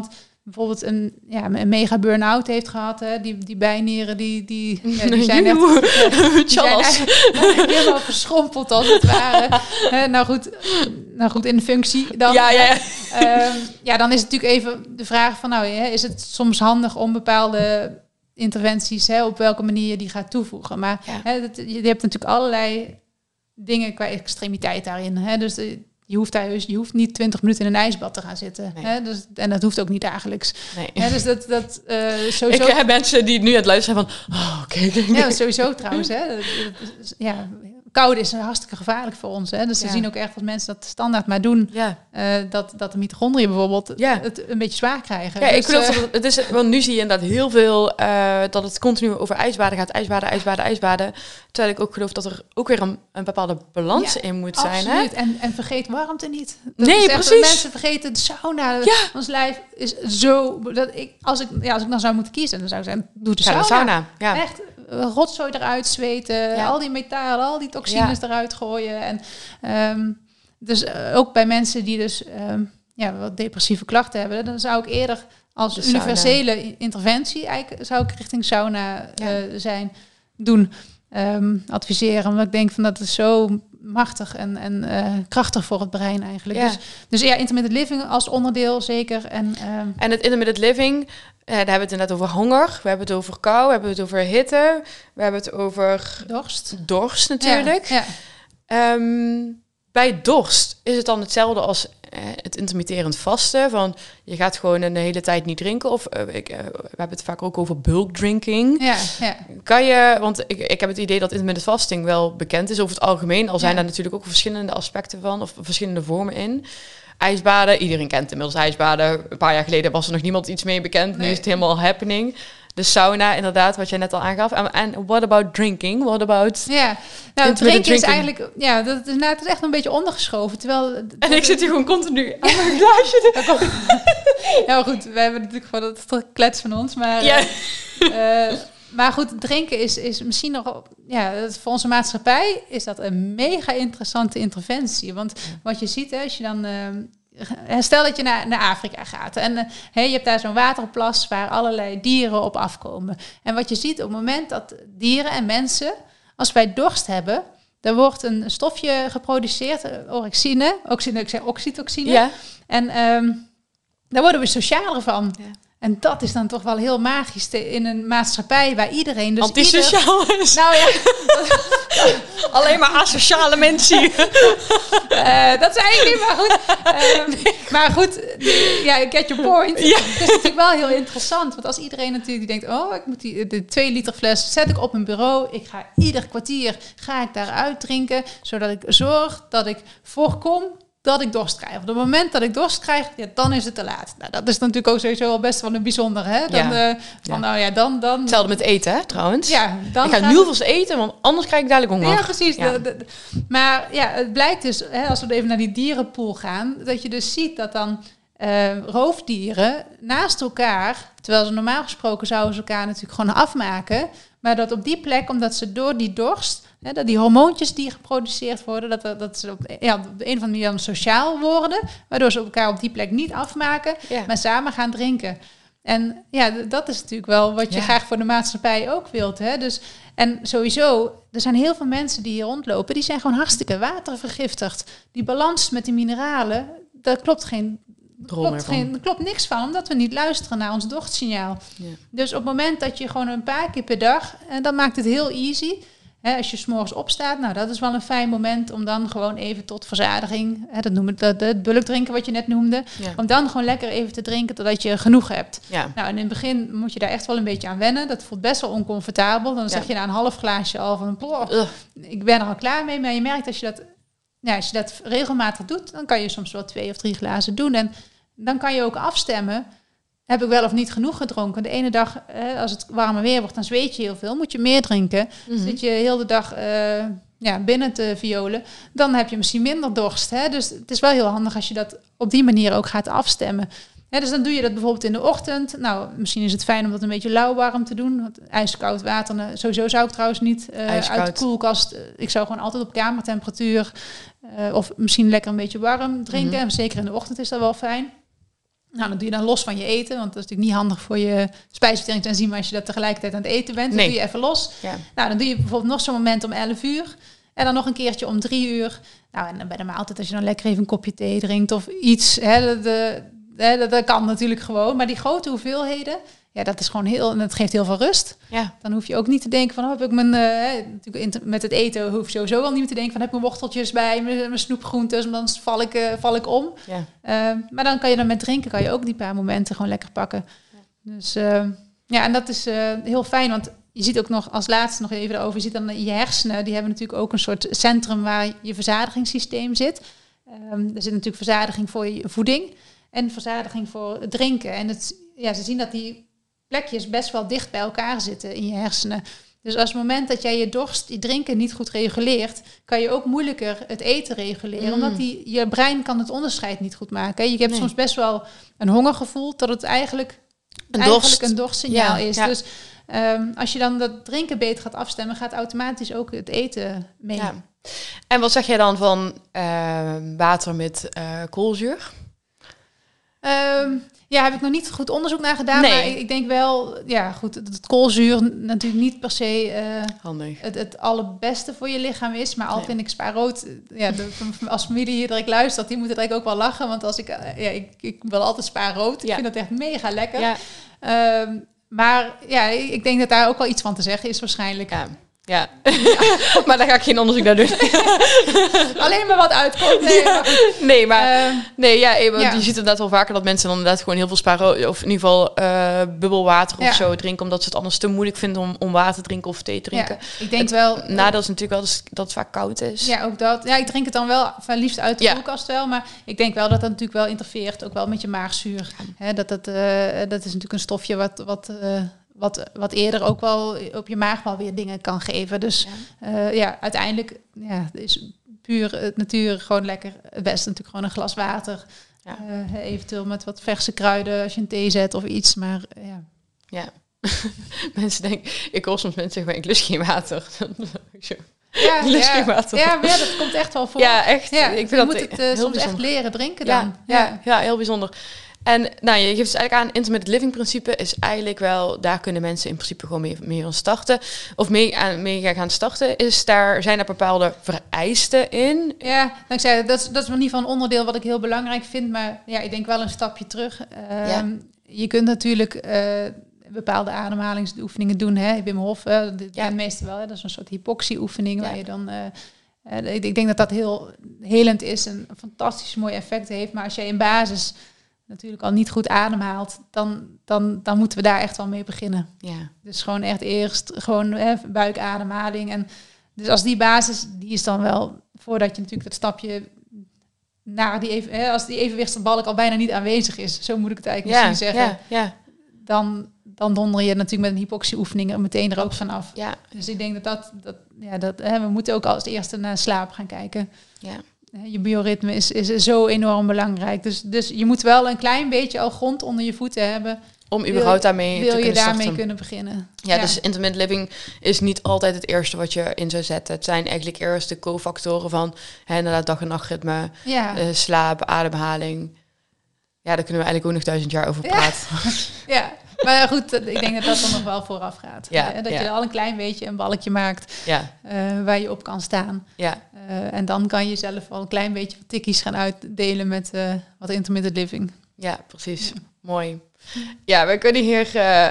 Speaker 2: bijvoorbeeld een, ja, een mega burn-out heeft gehad. Hè, die, die bijnieren, die, die, ja, die zijn echt die zijn eigenlijk helemaal verschrompeld als het ware. Hè, nou, goed, nou goed, in de functie dan.
Speaker 1: Ja, ja,
Speaker 2: ja. Um, ja, dan is het natuurlijk even de vraag van, nou, hè, is het soms handig om bepaalde interventies, hè, op welke manier je die gaat toevoegen. Maar ja. hè, dat, je hebt natuurlijk allerlei dingen qua extremiteit daarin. Hè, dus de, Je hoeft, daar, je hoeft niet twintig minuten in een ijsbad te gaan zitten.
Speaker 1: Nee.
Speaker 2: Hè? Dus, en dat hoeft ook niet dagelijks.
Speaker 1: Nee.
Speaker 2: Hè? Dus dat, dat uh, sowieso...
Speaker 1: Ik heb mensen die nu aan het luisteren zijn van... Oh, oké. Okay, okay.
Speaker 2: Ja, sowieso trouwens. Hè? Dat, dat, ja, koude is hartstikke gevaarlijk voor ons. Hè? Dus ja. we zien ook echt dat mensen dat standaard maar doen. Ja. Uh, dat, dat de mitochondriën bijvoorbeeld ja. het een beetje zwaar krijgen.
Speaker 1: Ja,
Speaker 2: dus,
Speaker 1: ik geloof
Speaker 2: uh,
Speaker 1: dat het is... Want nu zie je inderdaad heel veel... Uh, dat het continu over ijsbaden gaat. Ijsbaden, ijsbaden, ijsbaden. Terwijl ik ook geloof dat er ook weer een, een bepaalde balans ja, in moet zijn.
Speaker 2: Absoluut.
Speaker 1: Hè?
Speaker 2: En, en vergeet warmte niet. Dat
Speaker 1: nee,
Speaker 2: is echt,
Speaker 1: precies.
Speaker 2: Mensen vergeten de sauna. Ja. Ons lijf is zo... Dat ik, als, ik, ja, als ik dan zou moeten kiezen, dan zou ik zeggen, doe de
Speaker 1: ja,
Speaker 2: sauna.
Speaker 1: De sauna. Ja.
Speaker 2: Echt rotzooi eruit zweten. Ja. Al die metalen, al die toxines ja. eruit gooien. En, um, dus uh, ook bij mensen die dus um, ja, wat depressieve klachten hebben, dan zou ik eerder als de universele sauna. interventie eigenlijk zou ik richting sauna ja. uh, zijn doen. Um, adviseren. Omdat ik denk van dat is zo machtig en, en uh, krachtig voor het brein eigenlijk. Ja. Dus, dus ja, intermittent living als onderdeel zeker. En, um,
Speaker 1: en het intermittent living, uh, daar hebben we het inderdaad over honger. We hebben het over kou, we hebben het over hitte. We hebben het over...
Speaker 2: Dorst.
Speaker 1: Dorst natuurlijk.
Speaker 2: Ja, ja.
Speaker 1: Um, bij dorst is het dan hetzelfde als uh, het intermitterend vasten. Van je gaat gewoon een hele tijd niet drinken. Of uh, ik, uh, we hebben het vaak ook over bulk drinking.
Speaker 2: Ja, ja.
Speaker 1: Kan je, want ik, ik heb het idee dat intermittent fasting wel bekend is over het algemeen. Al zijn ja. daar natuurlijk ook verschillende aspecten van. Of verschillende vormen in. IJsbaden, iedereen kent inmiddels ijsbaden. Een paar jaar geleden was er nog niemand iets mee bekend. Nee. Nu is het helemaal happening. De sauna, inderdaad, wat jij net al aangaf. En what about drinking? What about...
Speaker 2: Ja, nou, drinken is eigenlijk... Ja, dat is, nou, het is echt een beetje ondergeschoven. Terwijl...
Speaker 1: En dat, ik zit hier gewoon continu aan mijn glaasje.
Speaker 2: Ja, maar goed, we hebben natuurlijk gewoon dat klets van ons. Maar, ja. uh, uh, maar goed, drinken is, is misschien nog... Ja, voor onze maatschappij is dat een mega interessante interventie. Want wat je ziet, hè, als je dan... Uh, Stel dat je naar, naar Afrika gaat en uh, hey, je hebt daar zo'n waterplas waar allerlei dieren op afkomen. En wat je ziet op het moment dat dieren en mensen, als wij dorst hebben, dan wordt een stofje geproduceerd, orexine, oxine, ik zeg oxytocine. Ja. En um, daar worden we socialer van. Ja. En dat is dan toch wel heel magisch te, in een maatschappij waar iedereen... Dus
Speaker 1: antisociaal
Speaker 2: ieder,
Speaker 1: is.
Speaker 2: Nou ja.
Speaker 1: Alleen maar asociale mensen.
Speaker 2: uh, dat zei ik niet, maar goed. Um, nee. Maar goed, ja, yeah, get your point. Ja. Het is natuurlijk wel heel interessant. Want als iedereen natuurlijk die denkt... oh, ik moet die de twee liter fles zet ik op mijn bureau. Ik ga ieder kwartier ga ik daaruit drinken. Zodat ik zorg dat ik voorkom... dat ik dorst krijg. Op het moment dat ik dorst krijg, ja, dan is het te laat. Nou, dat is natuurlijk ook sowieso wel best wel een bijzonder, hè? Dan, ja. Uh, van, ja. Nou ja, dan, dan...
Speaker 1: Hetzelfde met eten, hè, trouwens.
Speaker 2: Ja, dan
Speaker 1: ik ga nu alvast eten, want anders krijg ik dadelijk honger.
Speaker 2: Ja, precies. Ja. De, de, de, maar ja, het blijkt dus, hè, als we even naar die dierenpool gaan, dat je dus ziet dat dan uh, roofdieren naast elkaar, terwijl ze normaal gesproken zouden ze elkaar natuurlijk gewoon afmaken, maar dat op die plek, omdat ze door die dorst, hè, dat die hormoontjes die geproduceerd worden, dat, dat, dat ze op, ja, op de een of andere manier dan sociaal worden, waardoor ze elkaar op die plek niet afmaken, ja. maar samen gaan drinken. En ja, dat is natuurlijk wel wat je ja. graag voor de maatschappij ook wilt. Hè? Dus, en sowieso, er zijn heel veel mensen die hier rondlopen, die zijn gewoon hartstikke watervergiftigd. Die balans met die mineralen, daar klopt geen... Klopt, geen, er klopt niks van, omdat we niet luisteren naar ons dorstsignaal. Ja. Dus op het moment dat je gewoon een paar keer per dag, en dan maakt het heel easy. Hè, als je 's morgens opstaat, nou dat is wel een fijn moment om dan gewoon even tot verzadiging, hè, dat noemen we het, het bulkdrinken wat je net noemde, ja. om dan gewoon lekker even te drinken totdat je genoeg hebt. Ja. Nou, en in het begin moet je daar echt wel een beetje aan wennen. Dat voelt best wel oncomfortabel. Dan ja. zeg je na een half glaasje al van, oh, ik ben er al klaar mee. Maar je merkt als je dat, ja, als je dat regelmatig doet, dan kan je soms wel twee of drie glazen doen. En dan kan je ook afstemmen, heb ik wel of niet genoeg gedronken. De ene dag, eh, als het warmer weer wordt, dan zweet je heel veel. Moet je meer drinken. Mm-hmm. Zit je heel de dag uh, ja, binnen te violen, dan heb je misschien minder dorst. Hè? Dus het is wel heel handig als je dat op die manier ook gaat afstemmen. Hè, dus dan doe je dat bijvoorbeeld in de ochtend. Nou, misschien is het fijn om dat een beetje lauwwarm te doen. Want ijskoud water, nou, sowieso zou ik trouwens niet uh, uit de koelkast. Uh, ik zou gewoon altijd op kamertemperatuur uh, of misschien lekker een beetje warm drinken. Mm-hmm. Zeker in de ochtend is dat wel fijn. Nou, dat doe je dan los van je eten, want dat is natuurlijk niet handig voor je spijsverteringsenzym als je dat tegelijkertijd aan het eten bent. Dan
Speaker 1: Nee.
Speaker 2: doe je even los.
Speaker 1: Ja.
Speaker 2: Nou, dan doe je bijvoorbeeld nog zo'n moment om elf uur. En dan nog een keertje om drie uur. Nou, en dan bij de maaltijd als je dan lekker even een kopje thee drinkt of iets. Hè, dat, de, hè, dat, dat kan natuurlijk gewoon. Maar die grote hoeveelheden, ja, dat is gewoon heel, en dat geeft heel veel rust.
Speaker 1: Ja.
Speaker 2: Dan hoef je ook niet te denken van, oh, heb ik mijn, uh, natuurlijk met het eten hoef je sowieso wel niet meer te denken van, heb ik mijn worteltjes bij, mijn, mijn snoepgroentes, dan val ik, uh, val ik om.
Speaker 1: Ja.
Speaker 2: Uh, maar dan kan je dan met drinken, kan je ook die paar momenten gewoon lekker pakken. Ja. Dus uh, ja, en dat is uh, heel fijn, want je ziet ook nog als laatste nog even erover, je ziet dan in je hersenen, die hebben natuurlijk ook een soort centrum waar je verzadigingssysteem zit. Um, er zit natuurlijk verzadiging voor je voeding en verzadiging voor het drinken. En het, ja, ze zien dat die plekjes best wel dicht bij elkaar zitten in je hersenen. Dus als het moment dat jij je dorst, je drinken niet goed reguleert, kan je ook moeilijker het eten reguleren. Mm. Omdat die, je brein kan het onderscheid niet goed maken. Je hebt nee. soms best wel een hongergevoel, dat het eigenlijk een, eigenlijk dorst. een dorstsignaal ja, is. Ja. Dus um, als je dan dat drinken beter gaat afstemmen, gaat automatisch ook het eten mee. Ja.
Speaker 1: En wat zeg jij dan van uh, water met uh, koolzuur?
Speaker 2: Um, ja, heb ik nog niet goed onderzoek naar gedaan. Nee. Maar ik, ik denk wel, ja goed, dat het koolzuur natuurlijk niet per se uh,
Speaker 1: Handig.
Speaker 2: Het, het allerbeste voor je lichaam is. Maar al nee. vind ik spa rood, ja, de, als familie hier direct luistert, die moeten direct ook wel lachen. Want als ik, uh, ja, ik, ik wil altijd spa rood. Ik ja. vind dat echt mega lekker. Ja. Um, maar ja, ik denk dat daar ook wel iets van te zeggen is waarschijnlijk.
Speaker 1: Ja. Ja. ja, maar daar ga ik geen onderzoek naar doen.
Speaker 2: Alleen maar wat uitkomt. Nee,
Speaker 1: ja. maar, nee, maar uh, nee, ja, je
Speaker 2: ja.
Speaker 1: ziet inderdaad wel vaker dat mensen dan inderdaad gewoon heel veel sparen, of in ieder geval uh, bubbelwater of ja. zo drinken, omdat ze het anders te moeilijk vinden om, om water te drinken of thee te drinken.
Speaker 2: Ja, ik denk
Speaker 1: het
Speaker 2: wel.
Speaker 1: Nadeel is natuurlijk wel dat het vaak koud is.
Speaker 2: Ja, ook dat. Ja, ik drink het dan wel van liefst uit de ja. koelkast wel, maar ik denk wel dat dat natuurlijk wel interfereert, ook wel met je maagzuur. Ja. Hè, dat dat, uh, dat is natuurlijk een stofje wat wat uh, Wat, wat eerder ook wel op je maag wel weer dingen kan geven. Dus ja, uh, ja uiteindelijk ja, is puur het natuur gewoon lekker. Het beste natuurlijk gewoon een glas water. Ja. Uh, eventueel met wat verse kruiden als je een thee zet of iets. Maar uh, ja.
Speaker 1: Ja. Mensen denken, ik hoor soms mensen zeggen, ik lust geen water.
Speaker 2: Ja,
Speaker 1: ik lust
Speaker 2: ja.
Speaker 1: geen water.
Speaker 2: Ja, maar ja, dat komt echt wel voor.
Speaker 1: Ja, echt.
Speaker 2: Ja,
Speaker 1: ik vind
Speaker 2: je
Speaker 1: dat
Speaker 2: moet het uh, soms bijzonder. echt leren drinken dan.
Speaker 1: Ja, ja. ja, ja heel bijzonder. En nou, je geeft dus eigenlijk aan, intermittent living principe is eigenlijk wel, daar kunnen mensen in principe gewoon mee, mee gaan starten. Of mee, aan, mee gaan starten. Is daar, zijn er bepaalde vereisten in?
Speaker 2: Ja, nou, ik zei, dat, is, dat is in ieder geval een onderdeel wat ik heel belangrijk vind. Maar ja, ik denk wel een stapje terug. Um, ja. Je kunt natuurlijk uh, bepaalde ademhalingsoefeningen doen. Hè? Wim Hof, uh, de ja. meeste wel. Hè? Dat is een soort hypoxie-oefening ja. waar je dan... Uh, uh, ik, ik denk dat dat heel helend is en een fantastisch mooi effect heeft. Maar als jij in basis natuurlijk al niet goed ademhaalt, dan, dan, dan moeten we daar echt wel mee beginnen.
Speaker 1: Ja.
Speaker 2: Dus gewoon echt eerst gewoon hè, buikademhaling. En dus als die basis, die is dan wel, voordat je natuurlijk dat stapje naar die even, hè, als die evenwichtsbalk al bijna niet aanwezig is, zo moet ik het eigenlijk
Speaker 1: ja,
Speaker 2: misschien zeggen,
Speaker 1: ja, ja.
Speaker 2: dan, dan donder je natuurlijk met een hypoxie-oefeningen meteen er ook vanaf.
Speaker 1: Ja.
Speaker 2: Dus ik denk dat dat, dat, ja, dat hè, we moeten ook als eerste naar slaap gaan kijken.
Speaker 1: Ja.
Speaker 2: Je bioritme is, is zo enorm belangrijk. Dus, dus je moet wel een klein beetje al grond onder je voeten hebben.
Speaker 1: Om überhaupt daarmee
Speaker 2: wil
Speaker 1: te
Speaker 2: je
Speaker 1: kunnen
Speaker 2: daarmee
Speaker 1: starten.
Speaker 2: kunnen beginnen.
Speaker 1: Ja, ja, dus intermittent living is niet altijd het eerste wat je in zou zetten. Het zijn eigenlijk eerst de cofactoren van hè, inderdaad dag- en nachtritme,
Speaker 2: ja.
Speaker 1: uh, slaap, ademhaling. Ja, daar kunnen we eigenlijk ook nog duizend jaar over praten.
Speaker 2: Ja, ja. Maar goed, ik denk dat dat dan nog wel vooraf gaat.
Speaker 1: Ja,
Speaker 2: dat
Speaker 1: ja.
Speaker 2: je al een klein beetje een balkje maakt
Speaker 1: ja.
Speaker 2: uh, waar je op kan staan.
Speaker 1: Ja.
Speaker 2: Uh, en dan kan je zelf al een klein beetje wat tikkies gaan uitdelen met uh, wat intermittent living.
Speaker 1: Ja, precies. Ja. Mooi. Ja, we kunnen hier uh,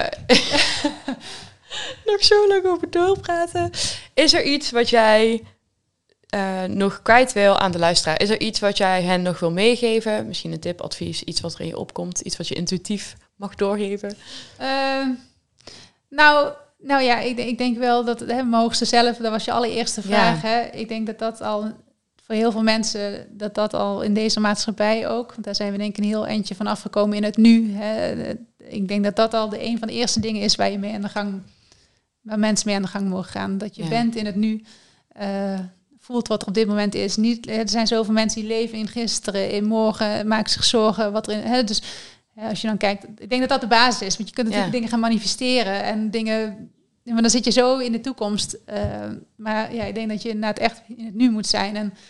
Speaker 1: nog zo lang over doorpraten. Is er iets wat jij uh, nog kwijt wil aan de luisteraar? Is er iets wat jij hen nog wil meegeven? Misschien een tip, advies, iets wat er in je opkomt, iets wat je intuïtief mag doorgeven?
Speaker 2: Uh, nou, nou ja, ik, ik denk wel dat hè, mogen ze zelf, dat was je allereerste vraag. Ja. Hè? Ik denk dat dat al voor heel veel mensen, dat dat al in deze maatschappij ook, want daar zijn we denk ik een heel eindje van afgekomen in het nu. Hè? Ik denk dat dat al de een van de eerste dingen is waar je mee aan de gang, waar mensen mee aan de gang mogen gaan. Dat je ja. bent in het nu. Uh, voelt wat er op dit moment is. Niet, er zijn zoveel mensen die leven in gisteren, in morgen, maken zich zorgen wat er in. Hè? Dus ja, als je dan kijkt, ik denk dat dat de basis is. Want je kunt natuurlijk ja. dingen gaan manifesteren en dingen. Maar dan zit je zo in de toekomst. Uh, maar ja, ik denk dat je inderdaad echt in het nu moet zijn. En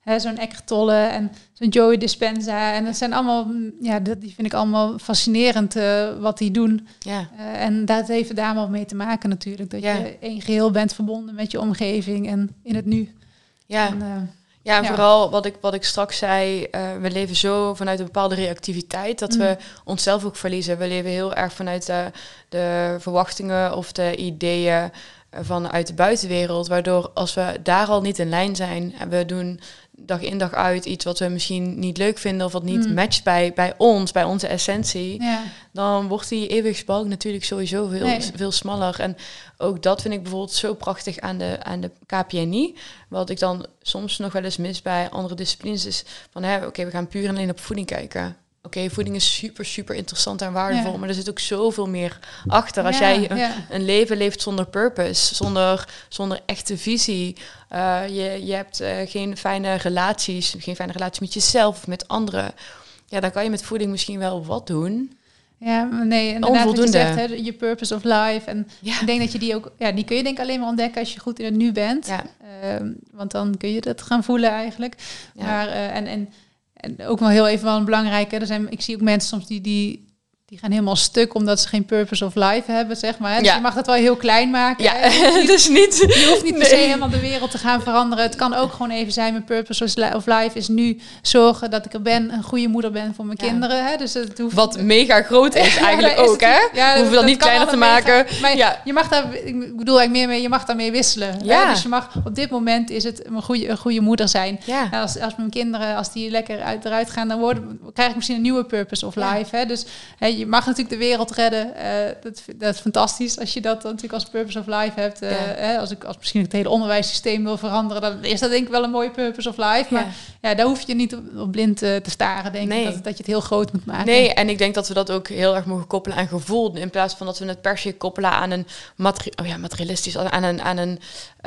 Speaker 2: hè, zo'n Eckhart Tolle en zo'n Joey Dispenza. En dat zijn allemaal, ja, dat, die vind ik allemaal fascinerend uh, wat die doen.
Speaker 1: Ja.
Speaker 2: Uh, en dat heeft daar allemaal mee te maken natuurlijk. Dat ja. je één geheel bent verbonden met je omgeving en in het nu.
Speaker 1: Ja.
Speaker 2: En, uh,
Speaker 1: Ja, en
Speaker 2: ja.
Speaker 1: vooral wat ik, wat ik straks zei, uh, we leven zo vanuit een bepaalde reactiviteit dat mm. we onszelf ook verliezen. We leven heel erg vanuit de, de verwachtingen of de ideeën vanuit de buitenwereld, waardoor als we daar al niet in lijn zijn en we doen dag in dag uit iets wat we misschien niet leuk vinden of wat niet mm. matcht bij, bij ons, bij onze essentie, ja. dan wordt die eeuwigsbalk natuurlijk sowieso veel, nee. veel smaller. En ook dat vind ik bijvoorbeeld zo prachtig aan de, aan de K P N I. Wat ik dan soms nog wel eens mis bij andere disciplines is van, oké, okay, we gaan puur en alleen op voeding kijken. Oké, okay, voeding is super, super interessant en waardevol, ja. maar er zit ook zoveel meer achter. Als ja, jij een, ja. een leven leeft zonder purpose, zonder, zonder echte visie, uh, je, je hebt uh, geen fijne relaties, geen fijne relatie met jezelf of met anderen, ja, dan kan je met voeding misschien wel wat doen.
Speaker 2: Ja, nee, inderdaad wat je zegt, hè, je purpose of life. En ja. ik denk dat je die ook, ja, die kun je denk ik alleen maar ontdekken als je goed in het nu bent. Ja. Uh, want dan kun je dat gaan voelen eigenlijk. Ja. Maar, uh, en, en En ook wel heel even wel een belangrijke. Er zijn, ik zie ook mensen soms die, die, die gaan helemaal stuk omdat ze geen purpose of life hebben, zeg maar. Dus ja. je mag dat wel heel klein maken.
Speaker 1: Ja, niet, dus niet.
Speaker 2: Je hoeft niet nee. per se helemaal de wereld te gaan veranderen. Het kan ook gewoon even zijn, mijn purpose of life is nu zorgen dat ik er ben, een goede moeder ben voor mijn ja. kinderen. Hè? Dus het hoeft...
Speaker 1: Wat mega groot is eigenlijk ja, is ook, het, hè? Ja, we hoeven dat, dat niet kleiner te maken.
Speaker 2: Mega, maar ja. je mag daar, ik bedoel eigenlijk meer mee, je mag daarmee wisselen. Ja. Hè? Dus je mag, op dit moment is het een goede, een goede moeder zijn. Ja. Als, als mijn kinderen, als die lekker uit, eruit gaan, dan worden, krijg ik misschien een nieuwe purpose of life. Ja. Hè? Dus hè, je mag natuurlijk de wereld redden. Uh, dat, dat is fantastisch als je dat natuurlijk als purpose of life hebt. Uh, ja. hè, als ik als misschien het hele onderwijssysteem wil veranderen, dan is dat denk ik wel een mooie purpose of life. Maar ja, ja daar hoef je niet op, op blind uh, te staren, denk nee. ik. Dat, dat je het heel groot moet maken.
Speaker 1: Nee, en ik denk dat we dat ook heel erg mogen koppelen aan gevoel. In plaats van dat we het per se koppelen aan een materi- oh ja, materialistisch, aan een, aan een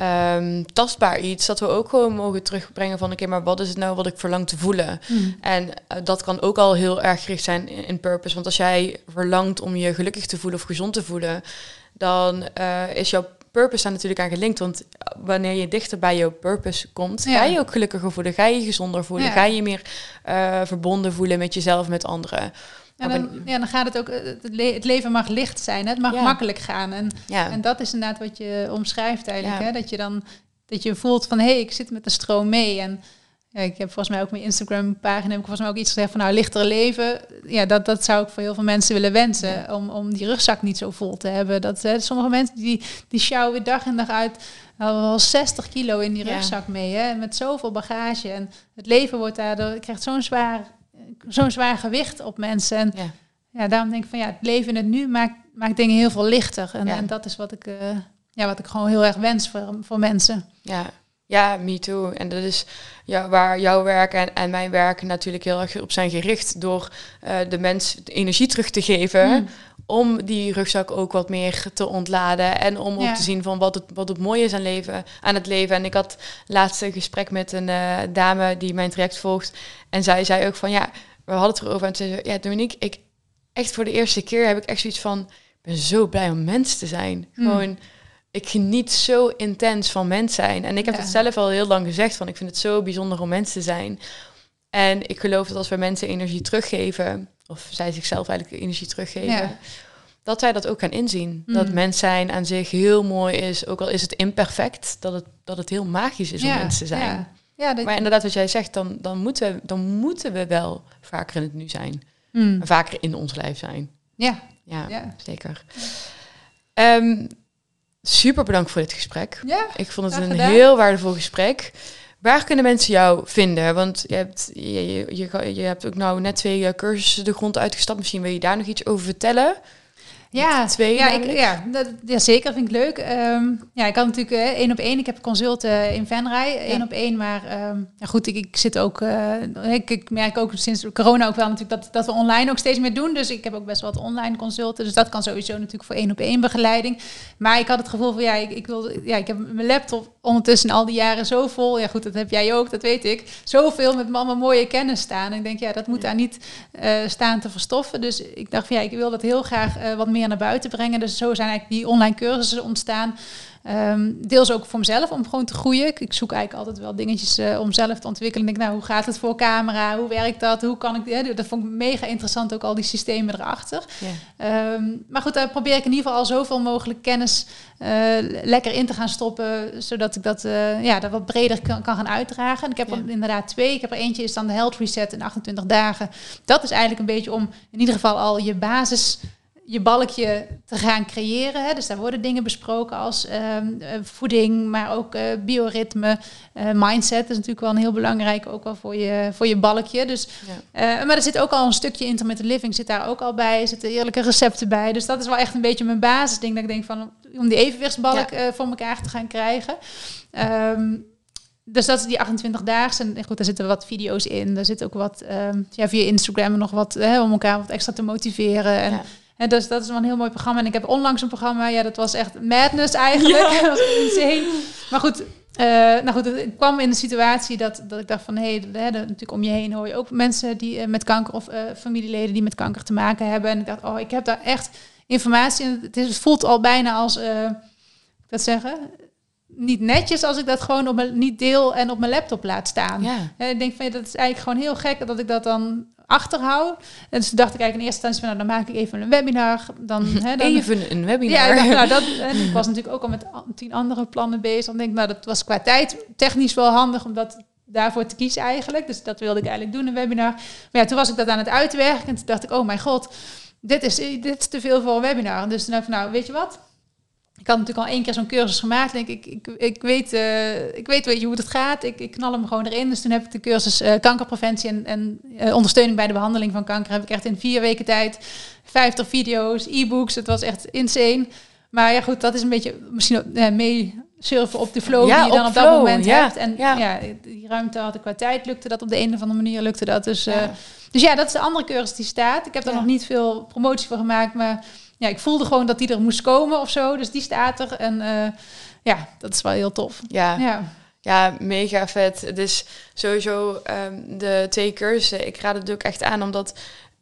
Speaker 1: um, tastbaar iets. Dat we ook gewoon mogen terugbrengen van oké, okay, maar wat is het nou wat ik verlang te voelen? Mm. En uh, dat kan ook al heel erg gericht zijn in, in purpose. Want als jij verlangt om je gelukkig te voelen of gezond te voelen, dan uh, is jouw purpose daar natuurlijk aan gelinkt. Want wanneer je dichter bij jouw purpose komt, ja. ga je ook gelukkiger voelen, ga je je gezonder voelen, ja. ga je meer uh, verbonden voelen met jezelf, met anderen.
Speaker 2: Ja, dan, ja, dan gaat het ook, het, le- het leven mag licht zijn, hè? Het mag ja. makkelijk gaan. En, ja. en dat is inderdaad wat je omschrijft eigenlijk, ja. hè? Dat je dan dat je voelt van, hé, hey, ik zit met de stroom mee. En ja, ik heb volgens mij ook mijn Instagram-pagina, heb ik volgens mij ook iets gezegd van, nou, lichtere leven. Ja, dat, dat zou ik voor heel veel mensen willen wensen, ja. om, om die rugzak niet zo vol te hebben. Dat, hè, sommige mensen die, die sjouwen weer dag in dag uit al zestig kilo in die rugzak ja. mee, hè, met zoveel bagage. En het leven wordt daardoor, krijgt zo'n zwaar, zo'n zwaar gewicht op mensen. En ja. ja, daarom denk ik van, ja, het leven in het nu maakt, maakt dingen heel veel lichter. En, ja. en dat is wat ik, uh, ja, wat ik gewoon heel erg wens voor, voor mensen.
Speaker 1: Ja. Ja, me too. En dat is ja, waar jouw werk en, en mijn werk natuurlijk heel erg op zijn gericht door uh, de mens de energie terug te geven. Mm. Om die rugzak ook wat meer te ontladen. En om ja. ook te zien van wat het, wat het mooie is aan, leven, aan het leven. En ik had laatst een gesprek met een uh, dame die mijn traject volgt. En zij zei ook van ja, we hadden het erover. En ze zei, ja, Dominique, ik echt voor de eerste keer heb ik echt zoiets van, ik ben zo blij om mens te zijn. Mm. Gewoon, ik geniet zo intens van mens zijn. En ik heb ja. het zelf al heel lang gezegd, van ik vind het zo bijzonder om mens te zijn. En ik geloof dat als we mensen energie teruggeven, of zij zichzelf eigenlijk energie teruggeven, ja. dat zij dat ook gaan inzien. Mm. Dat mens zijn aan zich heel mooi is, ook al is het imperfect, dat het, dat het heel magisch is ja. om mens te zijn. Ja. Ja, dat... Maar inderdaad, wat jij zegt, dan, dan, moeten we, dan moeten we wel vaker in het nu zijn. Mm. Vaker in ons lijf zijn.
Speaker 2: Ja,
Speaker 1: ja, ja. zeker. Um, Super bedankt voor dit gesprek.
Speaker 2: Ja,
Speaker 1: ik vond het een gedaan. heel waardevol gesprek. Waar kunnen mensen jou vinden? Want je hebt, je, je, je, je hebt ook nou net twee cursussen de grond uitgestapt. Misschien wil je daar nog iets over vertellen?
Speaker 2: Ja,
Speaker 1: twee
Speaker 2: ja, ik, ja, dat, ja, zeker vind ik leuk. Um, ja, ik had natuurlijk uh, één op één. Ik heb consulten in Venray, één ja. op één. Maar um, ja, goed, ik, ik zit ook. Uh, ik, ik merk ook sinds corona ook wel natuurlijk dat, dat we online ook steeds meer doen. Dus ik heb ook best wel wat online consulten. Dus dat kan sowieso natuurlijk voor één op één begeleiding. Maar ik had het gevoel van ja, ik, ik wilde, ja, ik heb mijn laptop ondertussen al die jaren zo vol. Ja, goed, dat heb jij ook, dat weet ik. Zoveel met allemaal mooie kennis staan. En ik denk ja, dat moet ja. daar niet uh, staan te verstoffen. Dus ik dacht van ja, ik wil dat heel graag uh, wat meer meer naar buiten brengen. Dus zo zijn eigenlijk die online cursussen ontstaan. Um, deels ook voor mezelf, om gewoon te groeien. Ik, ik zoek eigenlijk altijd wel dingetjes uh, om zelf te ontwikkelen. Ik denk, nou, hoe gaat het voor camera? Hoe werkt dat? Hoe kan ik... Ja, dat vond ik mega interessant, ook al die systemen erachter. Yeah. Um, maar goed, daar probeer ik in ieder geval al zoveel mogelijk kennis uh, lekker in te gaan stoppen, zodat ik dat, uh, ja, dat wat breder kan, kan gaan uitdragen. En ik heb yeah. er inderdaad twee. Ik heb er eentje, is dan de Health Reset in achtentwintig dagen. Dat is eigenlijk een beetje om in ieder geval al je basis... je balkje te gaan creëren. Hè. Dus daar worden dingen besproken als um, uh, voeding, maar ook uh, bioritme, uh, mindset. Dat is natuurlijk wel een heel belangrijk, ook wel voor je, voor je balkje. Dus, ja. uh, maar er zit ook al een stukje intermittent living, zit daar ook al bij. Er zitten eerlijke recepten bij. Dus dat is wel echt een beetje mijn basisding. Dat ik denk van, om die evenwichtsbalk ja. uh, voor elkaar te gaan krijgen. Um, Dus dat is die achtentwintig-daagse. En goed, daar zitten wat video's in. Daar zit ook wat, um, ja, via Instagram nog wat, hè, om elkaar wat extra te motiveren. En ja. En dus dat is wel een heel mooi programma. En ik heb onlangs een programma, ja, dat was echt madness eigenlijk. Ja. Dat was insane. Maar goed, uh, nou goed, ik kwam in de situatie dat, dat ik dacht van, hé, hey, natuurlijk om je heen hoor je ook mensen die uh, met kanker of uh, familieleden die met kanker te maken hebben. En ik dacht, oh, ik heb daar echt informatie. En het, is, het voelt al bijna als, uh, dat zeggen, niet netjes als ik dat gewoon op mijn, niet deel en op mijn laptop laat staan. Ja. En ik denk van, ja, dat is eigenlijk gewoon heel gek dat ik dat dan achterhoud. En dus dacht ik eigenlijk in eerste instantie, nou, dan maak ik even een webinar. Dan, hè, dan
Speaker 1: even een webinar.
Speaker 2: Ja, ik dacht, nou, dat, en ik was natuurlijk ook al met tien andere plannen bezig. Dan denk ik, nou, dat was qua tijd technisch wel handig om dat daarvoor te kiezen eigenlijk. Dus dat wilde ik eigenlijk doen, een webinar. Maar ja, toen was ik dat aan het uitwerken. En toen dacht ik, oh mijn god, dit is, dit is te veel voor een webinar. Dus toen dacht ik, nou, weet je wat? Ik had natuurlijk al één keer zo'n cursus gemaakt. Denk ik, ik, ik weet, uh, ik weet, weet je hoe het gaat. Ik, ik knal hem gewoon erin. Dus toen heb ik de cursus uh, kankerpreventie en, en uh, ondersteuning bij de behandeling van kanker. Heb ik echt in vier weken tijd vijftig video's, e-books. Het was echt insane. Maar ja, goed, dat is een beetje misschien uh, mee surfen op de flow ja, die je dan op, op dat flow, moment ja, hebt. En ja. ja, die ruimte had ik qua tijd. Lukte dat op de een of andere manier, lukte dat. Dus, uh, ja. dus ja, dat is de andere cursus die staat. Ik heb daar ja. nog niet veel promotie voor gemaakt, maar ja, ik voelde gewoon dat die er moest komen of zo. Dus die staat er. En uh, ja, dat is wel heel tof.
Speaker 1: Ja, ja. ja mega vet. Het is sowieso um, de twee cursussen. Ik raad het ook echt aan, omdat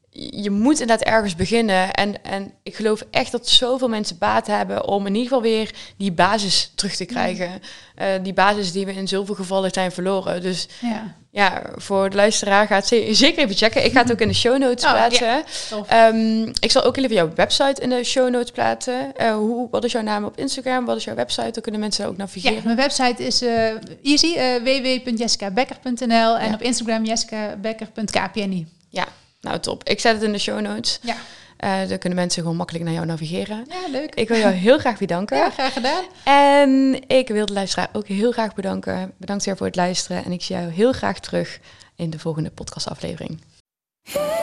Speaker 1: je moet inderdaad ergens beginnen. En, en ik geloof echt dat zoveel mensen baat hebben om in ieder geval weer die basis terug te krijgen. Mm. Uh, die basis die we in zoveel gevallen zijn verloren. Dus ja, ja voor de luisteraar gaat zeker even checken. Ik ga het ook in de show notes oh, plaatsen. Yeah. Um, ik zal ook even jouw website in de show notes plaatsen. Uh, hoe, wat is jouw naam op Instagram? Wat is jouw website? Dan kunnen mensen ook navigeren.
Speaker 2: Ja, mijn website is uh, easy, uh, w w w punt jessica becker punt n l en ja. op Instagram jessica becker punt k p n i.
Speaker 1: Ja. Nou, top. Ik zet het in de show notes. Ja. Uh, dan kunnen mensen gewoon makkelijk naar jou navigeren.
Speaker 2: Ja, leuk.
Speaker 1: Ik wil jou heel graag bedanken.
Speaker 2: Ja, graag gedaan.
Speaker 1: En ik wil de luisteraar ook heel graag bedanken. Bedankt weer voor het luisteren. En ik zie jou heel graag terug in de volgende podcastaflevering.